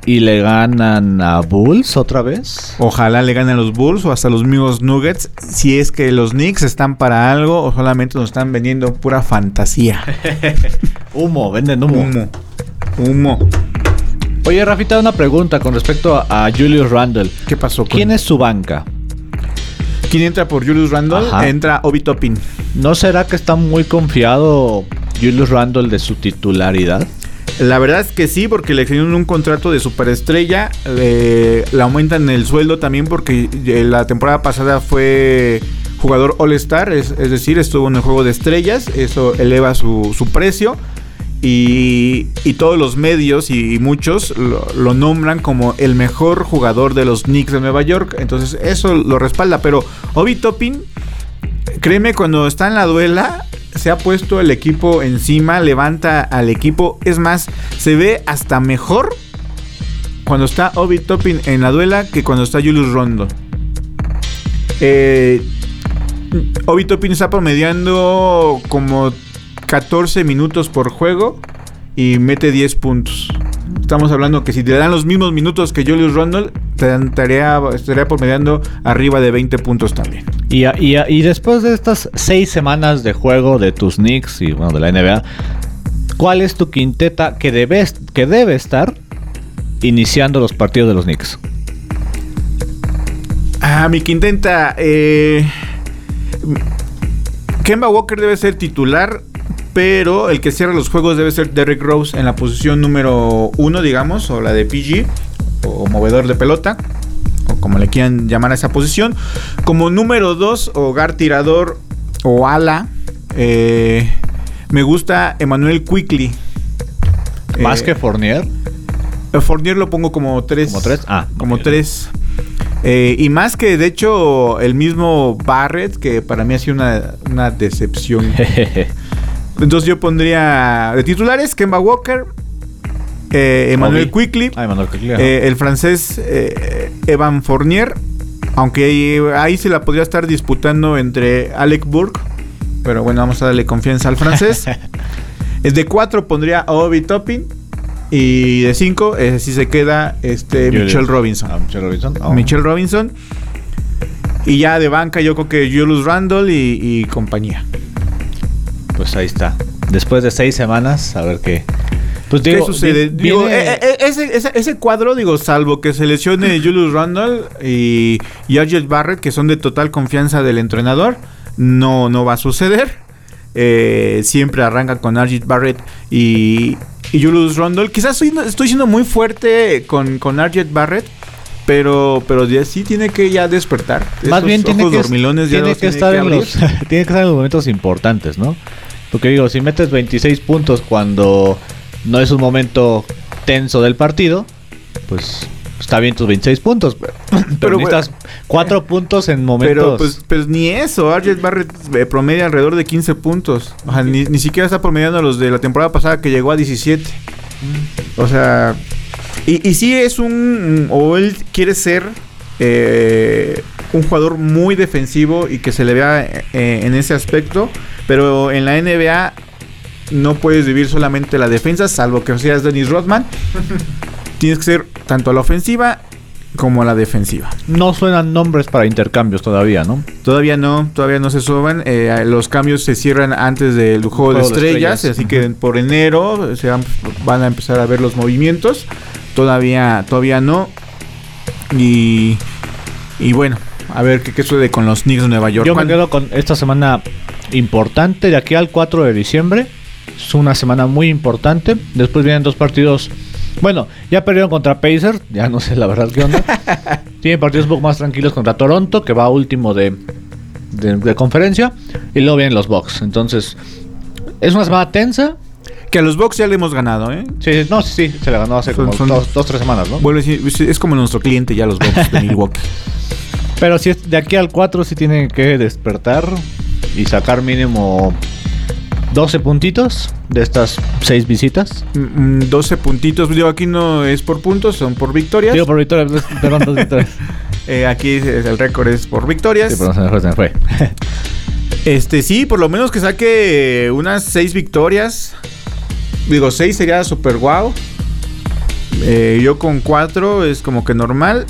[SPEAKER 4] y le ganan a Bulls otra vez.
[SPEAKER 3] Ojalá le ganen a los Bulls o hasta los mismos Nuggets. Si es que los Knicks están para algo o solamente nos están vendiendo pura fantasía.
[SPEAKER 4] Venden humo. Oye, Rafita, una pregunta con respecto a Julius Randle.
[SPEAKER 3] ¿Qué pasó?
[SPEAKER 4] ¿Quién es su banca?
[SPEAKER 3] ¿Quién entra por Julius Randle?
[SPEAKER 4] Ajá.
[SPEAKER 3] Entra Obi Toppin.
[SPEAKER 4] ¿No será que está muy confiado Julius Randle de su titularidad?
[SPEAKER 3] La verdad es que sí, porque le extendieron un contrato de superestrella. Le aumentan el sueldo también porque la temporada pasada fue jugador All-Star, es decir, estuvo en el juego de estrellas. Eso eleva su precio. Y todos los medios y muchos lo nombran como el mejor jugador de los Knicks de Nueva York. Entonces eso lo respalda. Pero Obi Toppin, créeme, cuando está en la duela, se ha puesto el equipo encima, levanta al equipo. Es más, se ve hasta mejor cuando está Obi Toppin en la duela que cuando está Julius Randle. Obi Toppin está promediando como 14 minutos por juego y mete 10 puntos. Estamos hablando que si te dan los mismos minutos que Julius Randle, estaría promediando arriba de 20 puntos también.
[SPEAKER 4] Y después de estas 6 semanas de juego de tus Knicks y bueno, de la NBA, ¿cuál es tu quinteta que debe estar iniciando los partidos de los Knicks?
[SPEAKER 3] Mi quinteta, Kemba Walker debe ser titular, pero el que cierra los juegos debe ser Derrick Rose en la posición número 1, digamos, o la de PG, o movedor de pelota, o como le quieran llamar a esa posición. Como número 2, o guard tirador, o ala, me gusta Emmanuel Quickley.
[SPEAKER 4] ¿Más que Fournier?
[SPEAKER 3] Fournier lo pongo como 3.
[SPEAKER 4] ¿Como 3?
[SPEAKER 3] Como
[SPEAKER 4] okay.
[SPEAKER 3] 3. Y más que, de hecho, el mismo Barrett, que para mí ha sido una decepción. Entonces yo pondría de titulares Kemba Walker, Emmanuel Quickley, el francés Evan Fournier, aunque ahí se la podría estar disputando entre Alec Burke, pero bueno, vamos a darle confianza al francés. De 4 pondría a Obi Toppin. Y de 5, si se queda Mitchell Robinson. Mitchell Robinson. Y ya de banca yo creo que Julius Randle y compañía.
[SPEAKER 4] Pues ahí está. Después de 6 semanas, a ver qué. Pues digo,
[SPEAKER 3] ¿qué sucede? Ese cuadro, salvo que se lesione Julius Randle y R.J. Barrett, que son de total confianza del entrenador, no va a suceder. Siempre arranca con R.J. Barrett y Julius Randle. Quizás estoy siendo muy fuerte con R.J. Barrett, pero sí tiene que ya despertar.
[SPEAKER 4] Más bien tiene que estar en los momentos importantes, ¿no? Porque digo, si metes 26 puntos cuando no es un momento tenso del partido, pues está bien tus 26 puntos, pero necesitas 4 puntos en momentos.
[SPEAKER 3] Pero pues ni eso. R.J. Barrett promedia alrededor de 15 puntos. O sea, ni siquiera está promediando los de la temporada pasada, que llegó a 17. O sea, y sí es o él quiere ser un jugador muy defensivo y que se le vea en ese aspecto, pero en la NBA no puedes vivir solamente la defensa, salvo que seas Dennis Rodman. Tienes que ser tanto a la ofensiva como a la defensiva.
[SPEAKER 4] No suenan nombres para intercambios todavía, ¿no?
[SPEAKER 3] Todavía no se suban. Los cambios se cierran antes del juego de estrellas. Así que por enero van a empezar a ver los movimientos. Todavía no. Y bueno, a ver qué sucede con los Knicks de Nueva York.
[SPEAKER 4] Yo me quedo con esta semana importante. De aquí al 4 de diciembre es una semana muy importante. Después vienen 2 partidos. Bueno, ya perdieron contra Pacers. Ya no sé la verdad qué onda. Tienen partidos un poco más tranquilos contra Toronto, que va último de conferencia. Y luego vienen los Bucks. Entonces, es una semana tensa.
[SPEAKER 3] Que a los Bucks ya le hemos ganado, ¿eh?
[SPEAKER 4] Sí, se le ganó hace como 2-3 semanas, ¿no?
[SPEAKER 3] Vuelvo a decir, es como nuestro cliente ya los Bucks de Milwaukee.
[SPEAKER 4] Pero si es de aquí al 4 sí tienen que despertar y sacar mínimo 12 puntitos de estas 6 visitas.
[SPEAKER 3] 12 puntitos. Digo, aquí no es por puntos, son por victorias.
[SPEAKER 4] Digo por victorias, perdón, 2 victorias.
[SPEAKER 3] Aquí el récord es por victorias.
[SPEAKER 4] Sí, pero se me fue.
[SPEAKER 3] Sí, por lo menos que saque unas 6 victorias. Digo, 6 sería super guau. Yo con 4 es como que normal.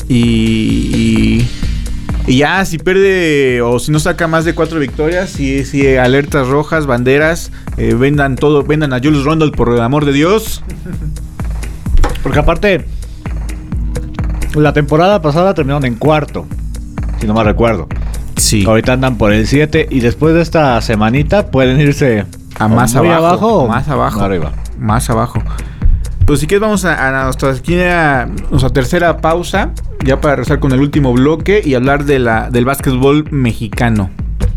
[SPEAKER 3] Y ya si pierde o si no saca más de 4 victorias, si alertas rojas, banderas, vendan a Julius Randle por el amor de Dios.
[SPEAKER 4] Porque aparte, la temporada pasada terminaron en 4, si no me recuerdo.
[SPEAKER 3] Sí.
[SPEAKER 4] Ahorita andan por el 7 y después de esta semanita pueden irse
[SPEAKER 3] a más
[SPEAKER 4] muy
[SPEAKER 3] abajo,
[SPEAKER 4] o
[SPEAKER 3] más abajo,
[SPEAKER 4] arriba.
[SPEAKER 3] Más abajo. Pues si quieres vamos a nuestra tercera pausa, ya para regresar con el último bloque y hablar del básquetbol mexicano.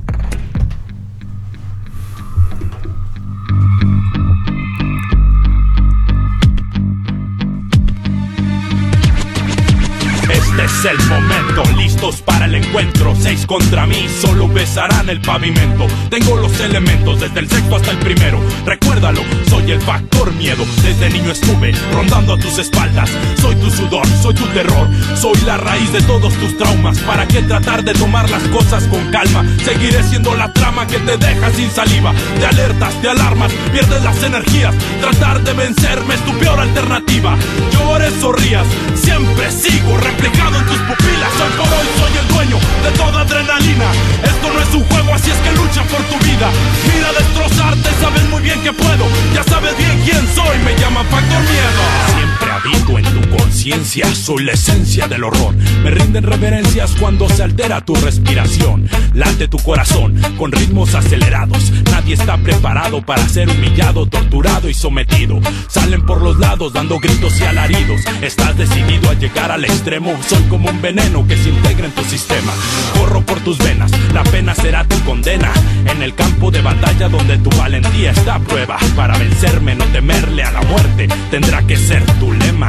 [SPEAKER 5] Este es el momento, listos para el encuentro. 6 contra mí, solo besarán el pavimento. Tengo los elementos, desde el sexto hasta el primero. Recuérdalo, soy el factor miedo. Desde niño estuve rondando a tus espaldas. Soy tu sudor, soy tu terror. Soy la raíz de todos tus traumas. ¿Para qué tratar de tomar las cosas con calma? Seguiré siendo la trama que te deja sin saliva. Te alertas, te alarmas, pierdes las energías. Tratar de vencerme es tu peor alternativa. Llores o rías, siempre sigo reflejado en tus pupilas. Hoy por hoy soy el dueño de toda adrenalina. Esto no es un juego, así es que lucha por tu vida. Mira destrozarte, sabes muy bien que puedo. Ya sabes bien quién soy, me llaman Factor Miedo. Siempre habito en tu conciencia, soy la esencia del horror. Me rinden reverencias cuando se altera tu respiración. Late tu corazón con ritmos acelerados. Nadie está preparado para ser humillado, torturado y sometido. Salen por los lados dando gritos y alaridos. Estás decidido a llegar al extremo. Soy como un veneno que se integra en tu sistema. Corro por tus venas, la pena será tu condena. En el campo de batalla donde tu valentía está a prueba. Para vencerme, no temerle a la muerte, tendrá que ser tu lema.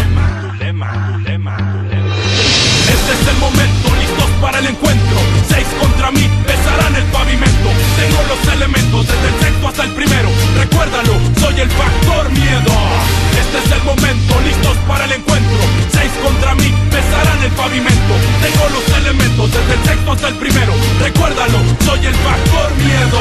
[SPEAKER 5] Este es el momento, listos para el encuentro. 6 contra mí, besarán el pavimento. Tengo los elementos, desde el sexto hasta el primero. Recuérdalo, soy el Factor Miedo. Este es el momento, listos para el encuentro. 6 contra mí, besarán el pavimento. Tengo los elementos, desde el sexto hasta el primero. Recuérdalo, soy el Factor Miedo.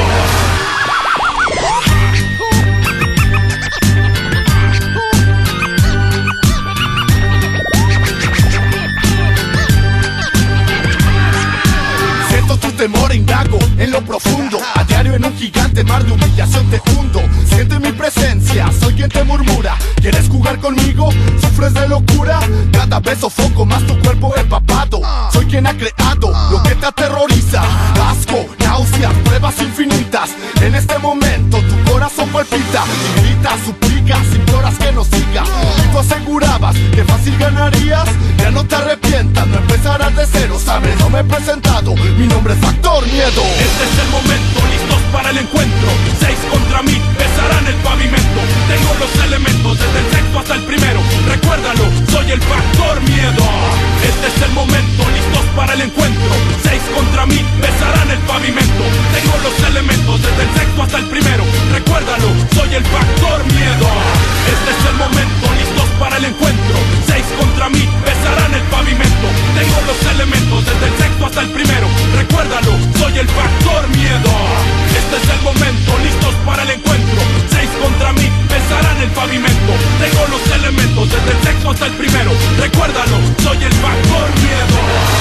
[SPEAKER 6] Tu temor indago en lo profundo. A diario en un gigante mar de humillación te hundo. Siente mi presencia, soy quien te murmura. ¿Quieres jugar conmigo? ¿Sufres de locura? Cada vez sofoco más tu cuerpo empapado. Soy quien ha creado lo que te aterroriza. Asco, náuseas, pruebas infinitas. En este momento tu corazón palpita y gritas, suplicas, imploras que no siga. Y tú asegurabas que fácil ganarías. Ya no te arrepientas, no empezarás de cero. Sabes, no me he presentado, mi nombre es Factor Miedo.
[SPEAKER 5] Este es el momento, listos para el encuentro. 6 contra mí, besarán el pavimento. Tengo los elementos, desde el sexto hasta el primero. Recuérdalo, soy el Factor Miedo. Este es el momento, listos para el encuentro. 6 contra mí, besarán el pavimento. Tengo los elementos, desde el sexto hasta el primero. Recuérdalo, soy el Factor Miedo. Este es el momento, listos para el encuentro. 6 contra mí, besarán el pavimento. Tengo los elementos, desde el sexto hasta el primero. Recuérdalo, soy el Factor Miedo. Este es el momento, listos para el encuentro. 6 contra mí, besarán el pavimento. Tengo los elementos, desde el sexto hasta el primero. Recuérdalo, soy el Factor Miedo.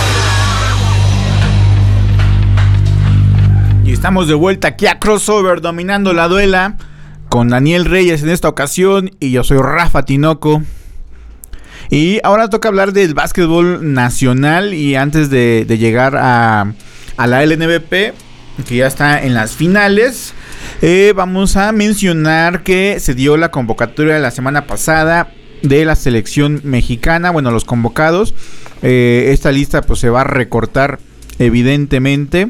[SPEAKER 3] Y estamos de vuelta aquí a Crossover, dominando la duela, con Daniel Reyes en esta ocasión. Y yo soy Rafa Tinoco. Y ahora toca hablar del básquetbol nacional. Y antes de llegar a la LNBP, que ya está en las finales, vamos a mencionar que se dio la convocatoria la semana pasada de la selección mexicana. Bueno, los convocados. Esta lista pues se va a recortar evidentemente.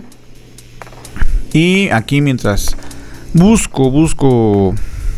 [SPEAKER 3] Y aquí mientras busco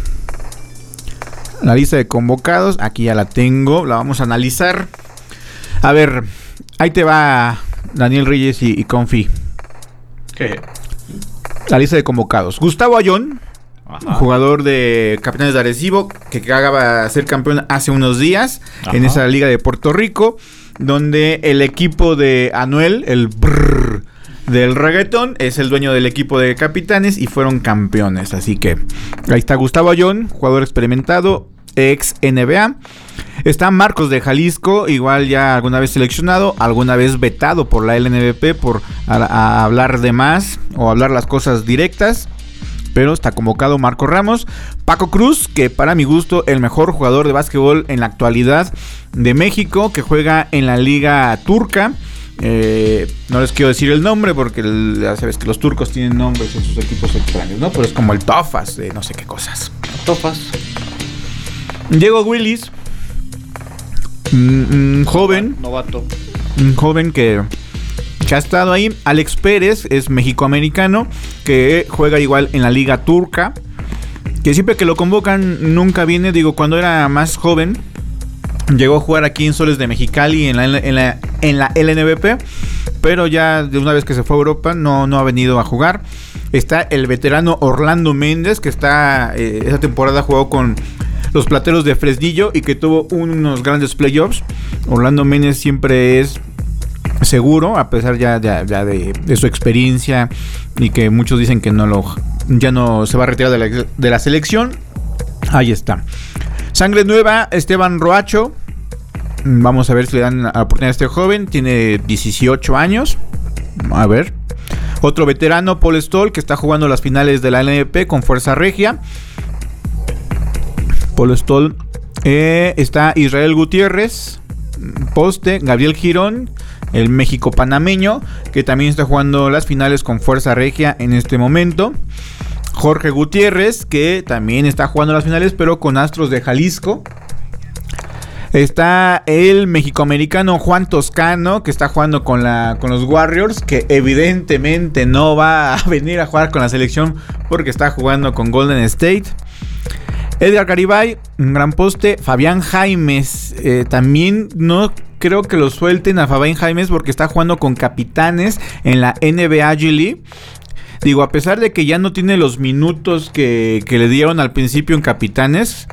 [SPEAKER 3] la lista de convocados, aquí ya la tengo, la vamos a analizar. A ver, ahí te va Daniel Reyes y Confi.
[SPEAKER 4] ¿Qué?
[SPEAKER 3] La lista de convocados. Gustavo Ayón, jugador de Capitanes de Arecibo, que acaba de ser campeón hace unos días. Ajá. En esa liga de Puerto Rico, donde el equipo de Anuel, el brrr del reggaetón, es el dueño del equipo de Capitanes y fueron campeones. Así que ahí está Gustavo Ayón, jugador experimentado, ex NBA. Está Marcos de Jalisco, igual ya alguna vez seleccionado, alguna vez vetado por la LNBP por a hablar de más o hablar las cosas directas. Pero está convocado Marco Ramos. Paco Cruz, que para mi gusto el mejor jugador de básquetbol en la actualidad de México, que juega en la liga turca. No les quiero decir el nombre porque ya sabes que los turcos tienen nombres en sus equipos extraños, ¿no? Pero es como el Tofas de no sé qué cosas.
[SPEAKER 4] Tofas.
[SPEAKER 3] Diego Willis, un joven.
[SPEAKER 4] Novato.
[SPEAKER 3] Un joven que ha estado ahí. Alex Pérez es mexicoamericano que juega igual en la liga turca, que siempre que lo convocan nunca viene. Digo, cuando era más joven llegó a jugar aquí en Soles de Mexicali en la LNBP, pero ya de una vez que se fue a Europa no ha venido a jugar. Está el veterano Orlando Méndez, que esa temporada jugó con los Plateros de Fresnillo y que tuvo unos grandes playoffs. Orlando Méndez siempre es seguro, a pesar ya de su experiencia y que muchos dicen que ya no se va a retirar de la selección. Ahí está. Sangre nueva, Esteban Roacho. Vamos a ver si le dan la oportunidad a este joven. Tiene 18 años. A ver. Otro veterano, Paul Stoll, que está jugando las finales de la LNP con Fuerza Regia. Paul Stoll. Está Israel Gutiérrez, poste. Gabriel Girón, el México panameño, que también está jugando las finales con Fuerza Regia en este momento. Jorge Gutiérrez, que también está jugando las finales, pero con Astros de Jalisco. Está el mexicoamericano Juan Toscano, que está jugando con los Warriors, que evidentemente no va a venir a jugar con la selección porque está jugando con Golden State. Edgar Garibay, un gran poste. Fabián Jaimes, también no creo que lo suelten a Fabián Jaimes porque está jugando con Capitanes en la NBA G League. Digo, a pesar de que ya no tiene los minutos que le dieron al principio en Capitanes,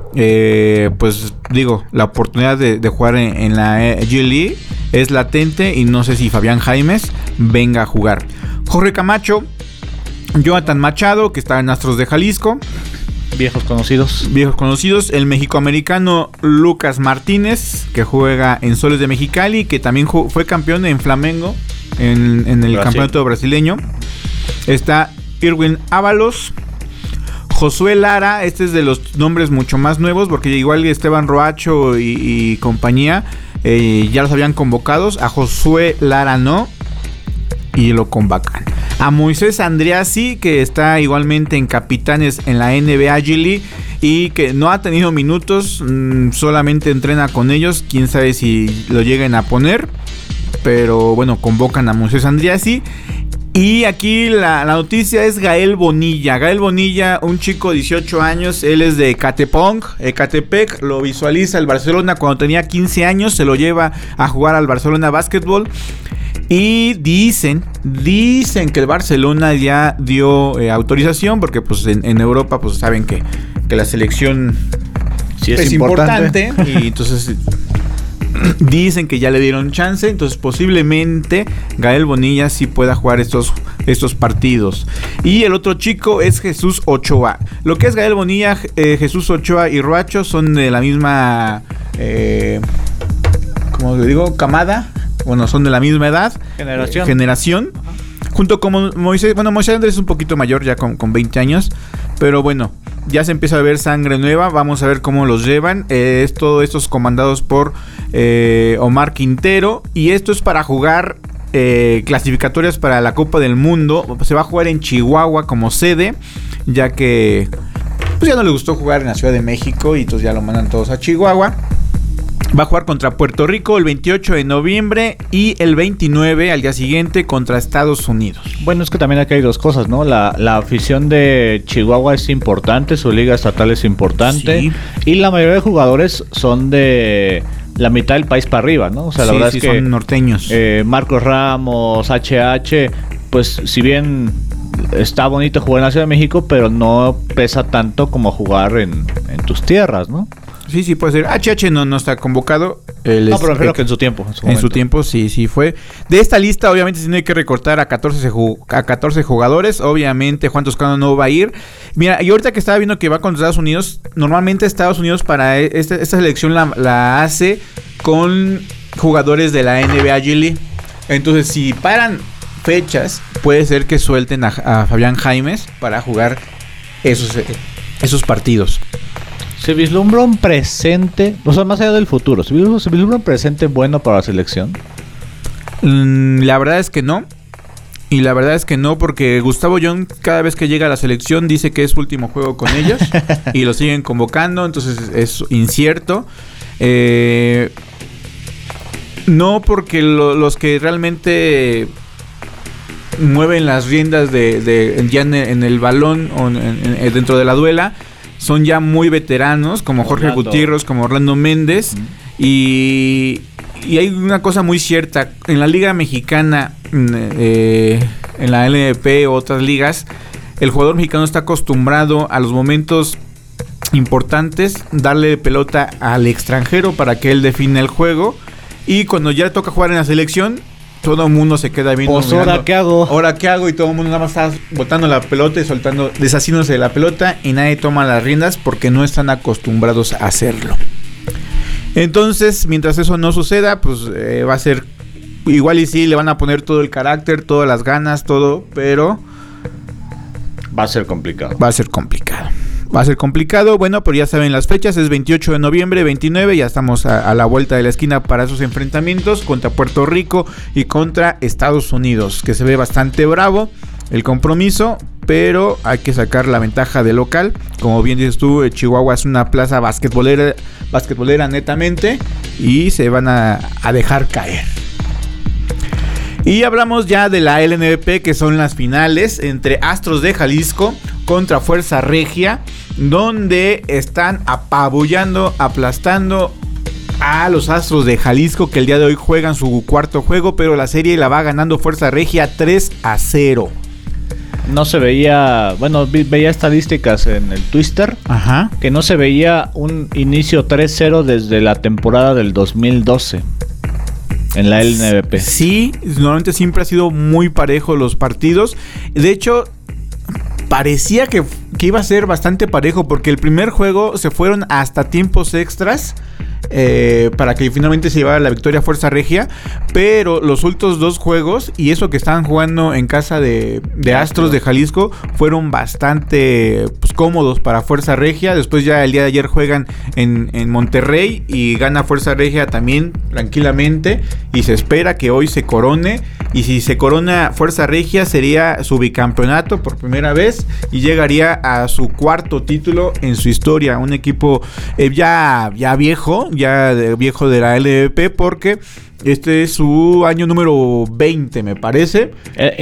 [SPEAKER 3] pues digo, la oportunidad de jugar en la G League es latente y no sé si Fabián Jaimes venga a jugar. Jorge Camacho, Jonathan Machado, que está en Astros de Jalisco.
[SPEAKER 4] Viejos conocidos.
[SPEAKER 3] El mexicoamericano Lucas Martínez, que juega en Soles de Mexicali, que también fue campeón en Flamengo en el campeonato brasileño. Está Irwin Ábalos, Josué Lara, este es de los nombres mucho más nuevos, porque igual Esteban Roacho y compañía ya los habían convocados. A Josué Lara no, y lo convocan. A Moisés Andriasi, que está igualmente en Capitanes en la NBA G League y que no ha tenido minutos, solamente entrena con ellos, quién sabe si lo lleguen a poner, pero bueno, convocan a Moisés Andriasi. Y aquí la noticia es Gael Bonilla. Gael Bonilla, un chico de 18 años, él es de Ecatepec, lo visualiza el Barcelona cuando tenía 15 años, se lo lleva a jugar al Barcelona Básquetbol. Y dicen que el Barcelona ya dio autorización, porque pues en Europa pues saben que la selección
[SPEAKER 4] sí es importante.
[SPEAKER 3] Y entonces dicen que ya le dieron chance, entonces posiblemente Gael Bonilla sí pueda jugar estos partidos. Y el otro chico es Jesús Ochoa. Lo que es Gael Bonilla, Jesús Ochoa y Roacho son de la misma, ¿cómo le digo? Camada. Bueno, son de la misma edad. Generación. Junto con Moisés. Bueno, Moisés Andrés es un poquito mayor, ya con 20 años. Pero bueno, ya se empieza a ver sangre nueva. Vamos a ver cómo los llevan. Todos estos comandados por Omar Quintero. Y esto es para jugar clasificatorias para la Copa del Mundo. Se va a jugar en Chihuahua como sede, ya que pues ya no le gustó jugar en la Ciudad de México y entonces ya lo mandan todos a Chihuahua. Va a jugar contra Puerto Rico el 28 de noviembre y el 29 al día siguiente contra Estados Unidos.
[SPEAKER 4] Bueno, es que también aquí hay dos cosas, ¿no? La afición de Chihuahua es importante, su liga estatal es importante, sí. Y la mayoría de jugadores son de la mitad del país para arriba, ¿no? O sea, la verdad es que
[SPEAKER 3] son norteños.
[SPEAKER 4] Marcos Ramos, HH, pues si bien está bonito jugar en la Ciudad de México, pero no pesa tanto como jugar en tus tierras, ¿no?
[SPEAKER 3] Sí, puede ser. HH no está convocado.
[SPEAKER 4] No, pero creo que en su tiempo.
[SPEAKER 3] En su tiempo, sí fue. De esta lista, obviamente, se tiene que recortar a 14 jugadores. Obviamente, Juan Toscano no va a ir. Mira, y ahorita que estaba viendo que va contra Estados Unidos, normalmente Estados Unidos para esta selección la hace con jugadores de la NBA G-League. Entonces, si paran fechas, puede ser que suelten a Fabián Jaimes para jugar esos partidos.
[SPEAKER 4] ¿Se vislumbra un presente, o sea, más allá del futuro, se vislumbra un presente bueno para la selección?
[SPEAKER 3] La verdad es que no. Y la verdad es que no, porque Gustavo Young cada vez que llega a la selección dice que es su último juego con ellos y lo siguen convocando, entonces es incierto. No, porque los que realmente mueven las riendas ya en el balón o dentro de la duela son ya muy veteranos, como Jorge Gutiérrez, como Orlando Méndez. Y hay una cosa muy cierta: en la Liga Mexicana, en la LNP o otras ligas, el jugador mexicano está acostumbrado a los momentos importantes darle pelota al extranjero para que él define el juego, y cuando ya le toca jugar en la selección, todo el mundo se queda viendo.
[SPEAKER 4] Pues ¿ahora qué hago?
[SPEAKER 3] ¿Ahora qué hago? Y todo el mundo nada más está botando la pelota y deshaciéndose de la pelota, y nadie toma las riendas porque no están acostumbrados a hacerlo. Entonces, mientras eso no suceda, pues va a ser igual, y sí, le van a poner todo el carácter, todas las ganas, todo, pero
[SPEAKER 4] va a ser complicado.
[SPEAKER 3] Va a ser complicado, bueno, pero ya saben las fechas, es 28 de noviembre, 29, ya estamos a la vuelta de la esquina para esos enfrentamientos contra Puerto Rico y contra Estados Unidos, que se ve bastante bravo el compromiso, pero hay que sacar la ventaja de local. Como bien dices tú, Chihuahua es una plaza basquetbolera netamente, y se van a dejar caer. Y hablamos ya de la LNVP, que son las finales entre Astros de Jalisco contra Fuerza Regia, donde están apabullando, aplastando a los Astros de Jalisco, que el día de hoy juegan su cuarto juego, pero la serie la va ganando Fuerza Regia 3-0.
[SPEAKER 4] No se veía, bueno, veía estadísticas en el Twitter, que no se veía un inicio 3-0 desde la temporada del 2012 en la LNVP.
[SPEAKER 3] Sí, normalmente siempre ha sido muy parejo los partidos. De hecho, parecía que iba a ser bastante parejo, porque el primer juego se fueron hasta tiempos extras para que finalmente se llevara la victoria Fuerza Regia, pero los últimos dos juegos, y eso que estaban jugando en casa de Astros de Jalisco, fueron bastante cómodos para Fuerza Regia. Después ya el día de ayer juegan en Monterrey y gana Fuerza Regia también tranquilamente, y se espera que hoy se corone, y si se corona Fuerza Regia sería su bicampeonato por primera vez y llegaría a su cuarto título en su historia. Un equipo ya viejo de la LVP, porque este es su año número 20, me parece.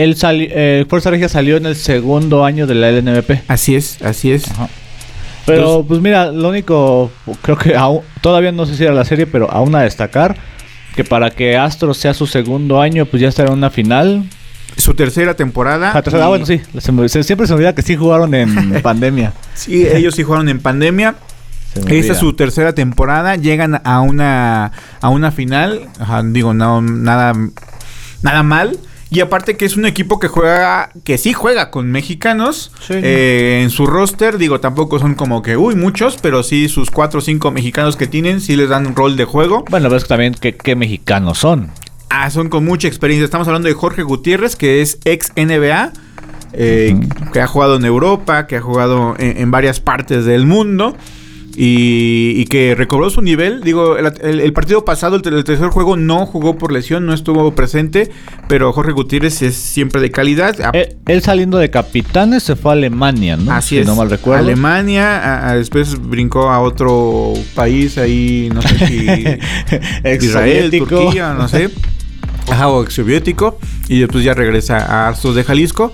[SPEAKER 4] Fuerza Regia salió en el segundo año de la LNVP.
[SPEAKER 3] Así es. Ajá.
[SPEAKER 4] Pero entonces, pues mira, lo único, creo que todavía no sé si era la serie, pero aún a destacar que para que Astros sea su segundo año, pues ya estará en una final.
[SPEAKER 3] Su tercera temporada.
[SPEAKER 4] Bueno, sí. Siempre se me olvida que sí jugaron en pandemia.
[SPEAKER 3] Sí, ellos sí jugaron en pandemia. Esta es su tercera temporada. Llegan a una final. Digo, no, nada mal. Y aparte que es un equipo que sí juega con mexicanos, sí, en su roster. Digo, tampoco son como que muchos, pero sí sus 4 o 5 mexicanos que tienen, sí les dan un rol de juego.
[SPEAKER 4] Bueno, pero es que también ¿qué mexicanos son?
[SPEAKER 3] Son con mucha experiencia. Estamos hablando de Jorge Gutiérrez, que es ex NBA, que ha jugado en Europa, que ha jugado en varias partes del mundo, y que recobró su nivel. Digo, el partido pasado, el tercer juego, no jugó por lesión, no estuvo presente, pero Jorge Gutiérrez es siempre de calidad.
[SPEAKER 4] Él saliendo de Capitanes se fue a Alemania, ¿no?
[SPEAKER 3] Así es.
[SPEAKER 4] No mal recuerdo.
[SPEAKER 3] Alemania, después brincó a otro país ahí, no sé si Israel, Turquía, no sé. O exsoviético, y después ya regresa a Astros de Jalisco.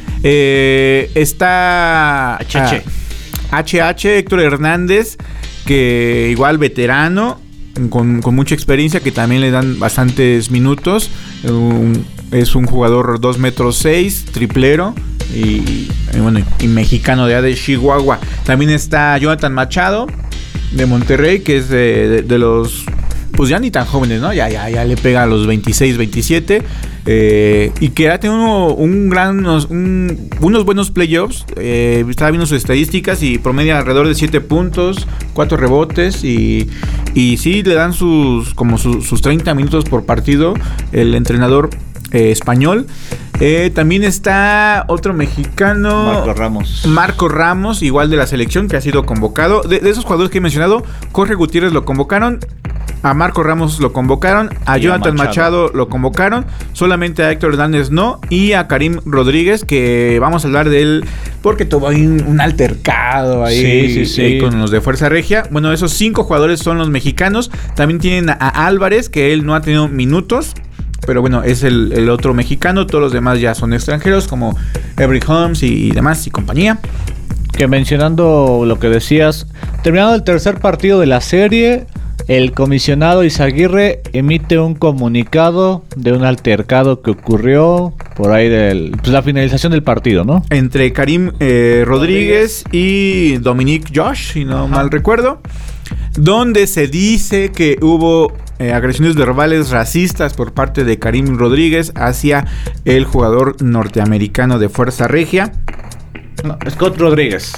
[SPEAKER 3] Está HH, Héctor Hernández, que igual veterano, con mucha experiencia, que también le dan bastantes minutos. Es un jugador 2 metros 6, triplero, y mexicano de Chihuahua. También está Jonathan Machado, Monterrey, que es de los, pues ya ni tan jóvenes, ¿no? Ya le pega a los 26, 27. Y que ha tenido unos buenos playoffs. Estaba viendo sus estadísticas y promedia alrededor de 7 puntos, 4 rebotes. Y sí le dan sus 30 minutos por partido el entrenador español. También está otro mexicano, Marco Ramos, igual de la selección, que ha sido convocado. De esos jugadores que he mencionado, Jorge Gutiérrez lo convocaron, a Marco Ramos lo convocaron, a Jonathan Machado lo convocaron, solamente a Héctor Hernández no, y a Karim Rodríguez, que vamos a hablar de él porque tuvo ahí un altercado ahí con los de Fuerza Regia. Bueno, esos 5 jugadores son los mexicanos. También tienen a Álvarez, que él no ha tenido minutos, pero bueno, es el otro mexicano. Todos los demás ya son extranjeros, como Avery Holmes y demás y compañía.
[SPEAKER 4] Que mencionando lo que decías, terminado el tercer partido de la serie, el comisionado Izaguirre emite un comunicado de un altercado que ocurrió por ahí la finalización del partido, ¿no?
[SPEAKER 3] Entre Karim Rodríguez y Dominique Josh, si no mal recuerdo, donde se dice que hubo agresiones verbales racistas por parte de Karim Rodríguez hacia el jugador norteamericano de Fuerza Regia.
[SPEAKER 4] No, Scott Rodríguez.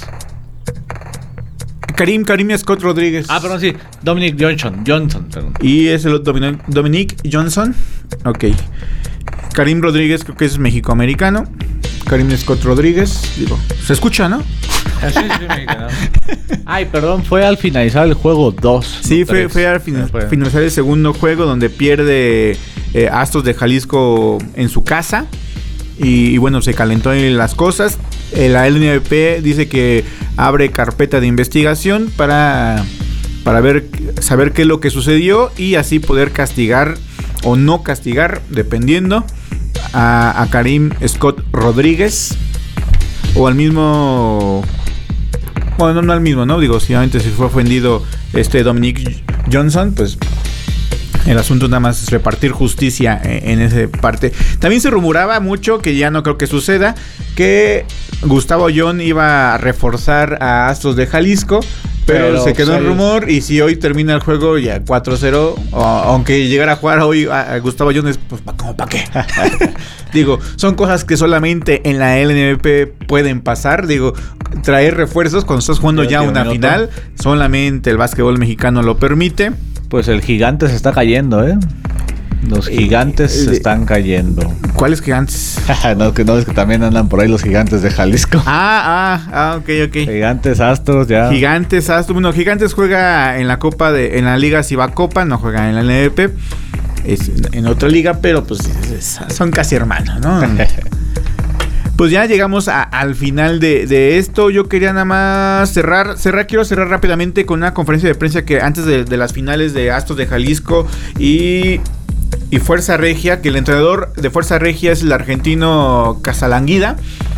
[SPEAKER 3] Karim Scott Rodríguez.
[SPEAKER 4] Perdón, sí. Dominic Johnson. Perdón.
[SPEAKER 3] Y es el Dominic Johnson. Ok. Karim Rodríguez creo que es mexicoamericano. Karim Scott Rodríguez. Digo, se escucha, ¿no?
[SPEAKER 4] Sí, mexicano. Ay, perdón, fue al finalizar el juego 2.
[SPEAKER 3] Sí, fue al finalizar el segundo juego, donde pierde Astros de Jalisco en su casa. Y bueno, se calentó en las cosas. La LNVP dice que abre carpeta de investigación para saber qué es lo que sucedió y así poder castigar o no castigar, dependiendo, a Karim Scott Rodríguez o al mismo. Bueno, no al mismo, ¿no? Digo, si obviamente se fue ofendido Dominic Johnson, pues el asunto nada más es repartir justicia en esa parte. También se rumoraba mucho, que ya no creo que suceda, que Gustavo Ayllón iba a reforzar a Astros de Jalisco, pero se quedó en rumor. Y si hoy termina el juego ya 4-0, aunque llegara a jugar hoy a Gustavo Ayllón, pues ¿como para qué? Digo, son cosas que solamente en la LNVP pueden pasar. Digo, traer refuerzos cuando estás jugando ya una final, solamente el básquetbol mexicano lo permite.
[SPEAKER 4] Pues el gigante se está cayendo, ¿eh? Los gigantes se están cayendo.
[SPEAKER 3] ¿Cuáles gigantes?
[SPEAKER 4] No, es que también andan por ahí los gigantes de Jalisco.
[SPEAKER 3] Ok.
[SPEAKER 4] Gigantes Astros, ya.
[SPEAKER 3] Gigantes Astros. Bueno, Gigantes juega en la Liga Cibacopa, no juega en la NVP. Es en otra liga, pero pues son casi hermanos, ¿no? Pues ya llegamos al final de esto. Yo quería nada más quiero cerrar rápidamente con una conferencia de prensa que antes de las finales de Astros de Jalisco y Fuerza Regia, que el entrenador de Fuerza Regia es el argentino Casalanguida,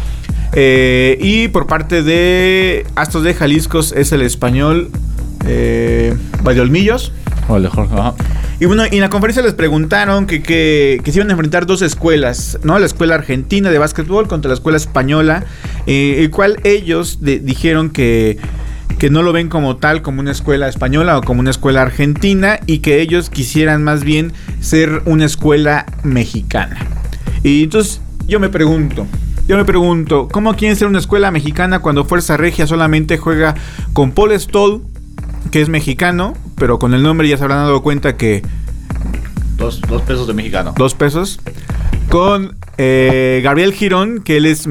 [SPEAKER 3] y por parte de Astros de Jalisco es el español Vallolmillos. Y bueno, en la conferencia les preguntaron que se iban a enfrentar 2 escuelas, ¿no? La escuela argentina de básquetbol contra la escuela española, el cual ellos dijeron que no lo ven como tal, como una escuela española o como una escuela argentina, y que ellos quisieran más bien ser una escuela mexicana. Y entonces yo me pregunto, ¿cómo quieren ser una escuela mexicana cuando Fuerza Regia solamente juega con Paul Stoll, que es mexicano, pero con el nombre ya se habrán dado cuenta que
[SPEAKER 4] 2 pesos de mexicano.
[SPEAKER 3] 2 pesos. Con Gabriel Girón, que él es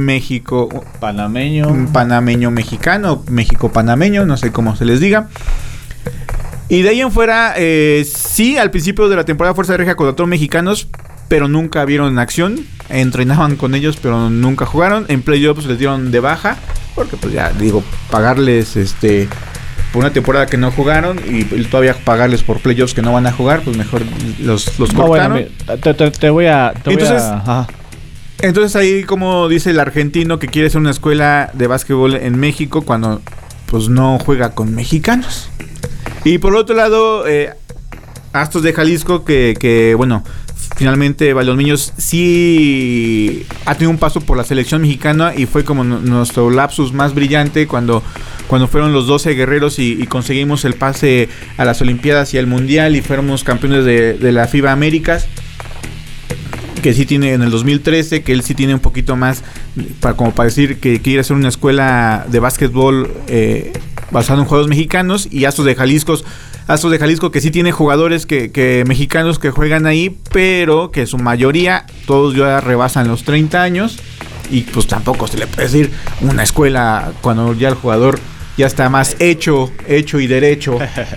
[SPEAKER 3] panameño mexicano, México panameño, no sé cómo se les diga. Y de ahí en fuera, sí, al principio de la temporada Fuerza Regia contrató mexicanos, pero nunca vieron acción. Entrenaban con ellos, pero nunca jugaron. En playoffs les dieron de baja, porque pues ya digo, pagarles por una temporada que no jugaron y todavía pagarles por playoffs que no van a jugar, pues mejor los cortaron. Bueno, entonces ahí, como dice el argentino, que quiere ser una escuela de básquetbol en México cuando pues no juega con mexicanos. Y por otro lado, Astros de Jalisco, que bueno, finalmente Valdominos sí ha tenido un paso por la selección mexicana y fue como nuestro lapsus más brillante cuando fueron los 12 guerreros y conseguimos el pase a las Olimpiadas y al Mundial y fuéramos campeones de la FIBA Américas, que sí tiene en el 2013, que él sí tiene un poquito más para decir que quiere hacer una escuela de básquetbol basado en juegos mexicanos, y Astros de Jalisco que sí tiene jugadores que mexicanos que juegan ahí, pero que su mayoría todos ya rebasan los 30 años y pues tampoco se le puede decir una escuela cuando ya el jugador ya está más hecho y derecho.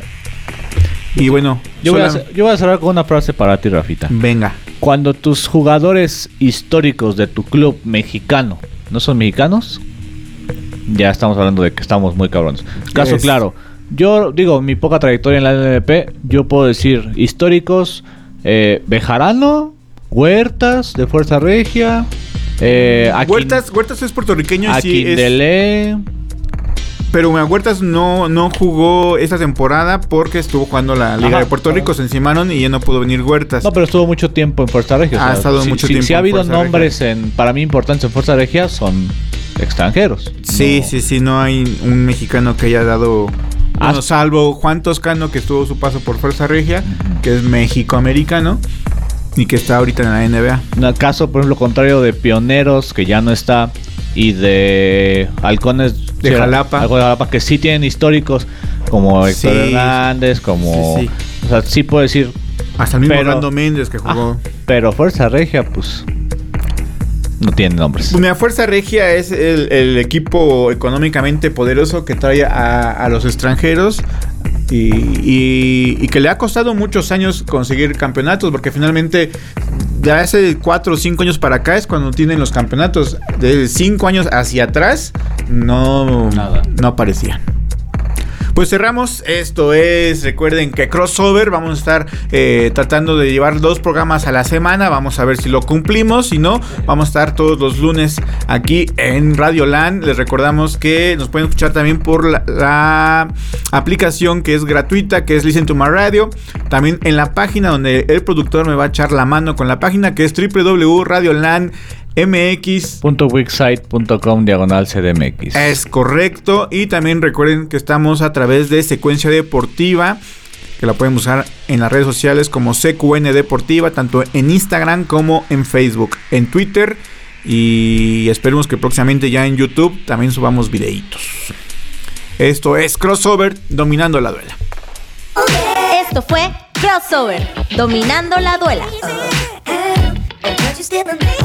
[SPEAKER 3] Y bueno,
[SPEAKER 4] yo voy a cerrar con una frase para ti, Rafita.
[SPEAKER 3] Venga.
[SPEAKER 4] Cuando tus jugadores históricos de tu club mexicano no son mexicanos, ya estamos hablando de que estamos muy cabrones. Caso claro, yo digo, mi poca trayectoria en la LNP, yo puedo decir históricos, Bejarano, Huertas de Fuerza Regia,
[SPEAKER 3] Huertas es puertorriqueño y sí
[SPEAKER 4] es...
[SPEAKER 3] Pero Huertas no jugó esa temporada porque estuvo jugando la Liga de Puerto Rico, se encimaron y ya no pudo venir Huertas.
[SPEAKER 4] No, pero estuvo mucho tiempo en Fuerza Regia.
[SPEAKER 3] Ha estado mucho tiempo.
[SPEAKER 4] Sí ha habido nombres para mí importantes en Fuerza Regia, son extranjeros.
[SPEAKER 3] Sí, no hay un mexicano que haya dado... Bueno, salvo Juan Toscano, que estuvo su paso por Fuerza Regia, que es mexicoamericano y que está ahorita en la NBA.
[SPEAKER 4] En el caso, por ejemplo, contrario de Pioneros, que ya no está, y de Halcones
[SPEAKER 3] de
[SPEAKER 4] Jalapa, que sí tienen históricos como Héctor Hernández, como...
[SPEAKER 3] Sí.
[SPEAKER 4] O sea, sí puedo decir...
[SPEAKER 3] Hasta el mismo Orlando Méndez que jugó.
[SPEAKER 4] Pero Fuerza Regia, pues... no tiene nombres.
[SPEAKER 3] Pues mira, Fuerza Regia es el equipo económicamente poderoso que trae a los extranjeros y que le ha costado muchos años conseguir campeonatos, porque finalmente de hace 4 o 5 años para acá es cuando tienen los campeonatos. De 5 años hacia atrás no aparecían. Pues cerramos, esto es, recuerden que Crossover, vamos a estar tratando de llevar 2 programas a la semana, vamos a ver si lo cumplimos, si no, vamos a estar todos los lunes aquí en Radio LAN. Les recordamos que nos pueden escuchar también por la aplicación que es gratuita, que es Listen to My Radio, también en la página donde el productor me va a echar la mano con la página que es www.radiolan.mx.com/CDMX. Es correcto. Y también recuerden que estamos a través de Secuencia Deportiva, que la pueden usar en las redes sociales como CQN Deportiva, tanto en Instagram como en Facebook, en Twitter, y esperemos que próximamente ya en YouTube también subamos videitos. Esto es Crossover, dominando la duela.
[SPEAKER 1] Esto fue Crossover, dominando la duela.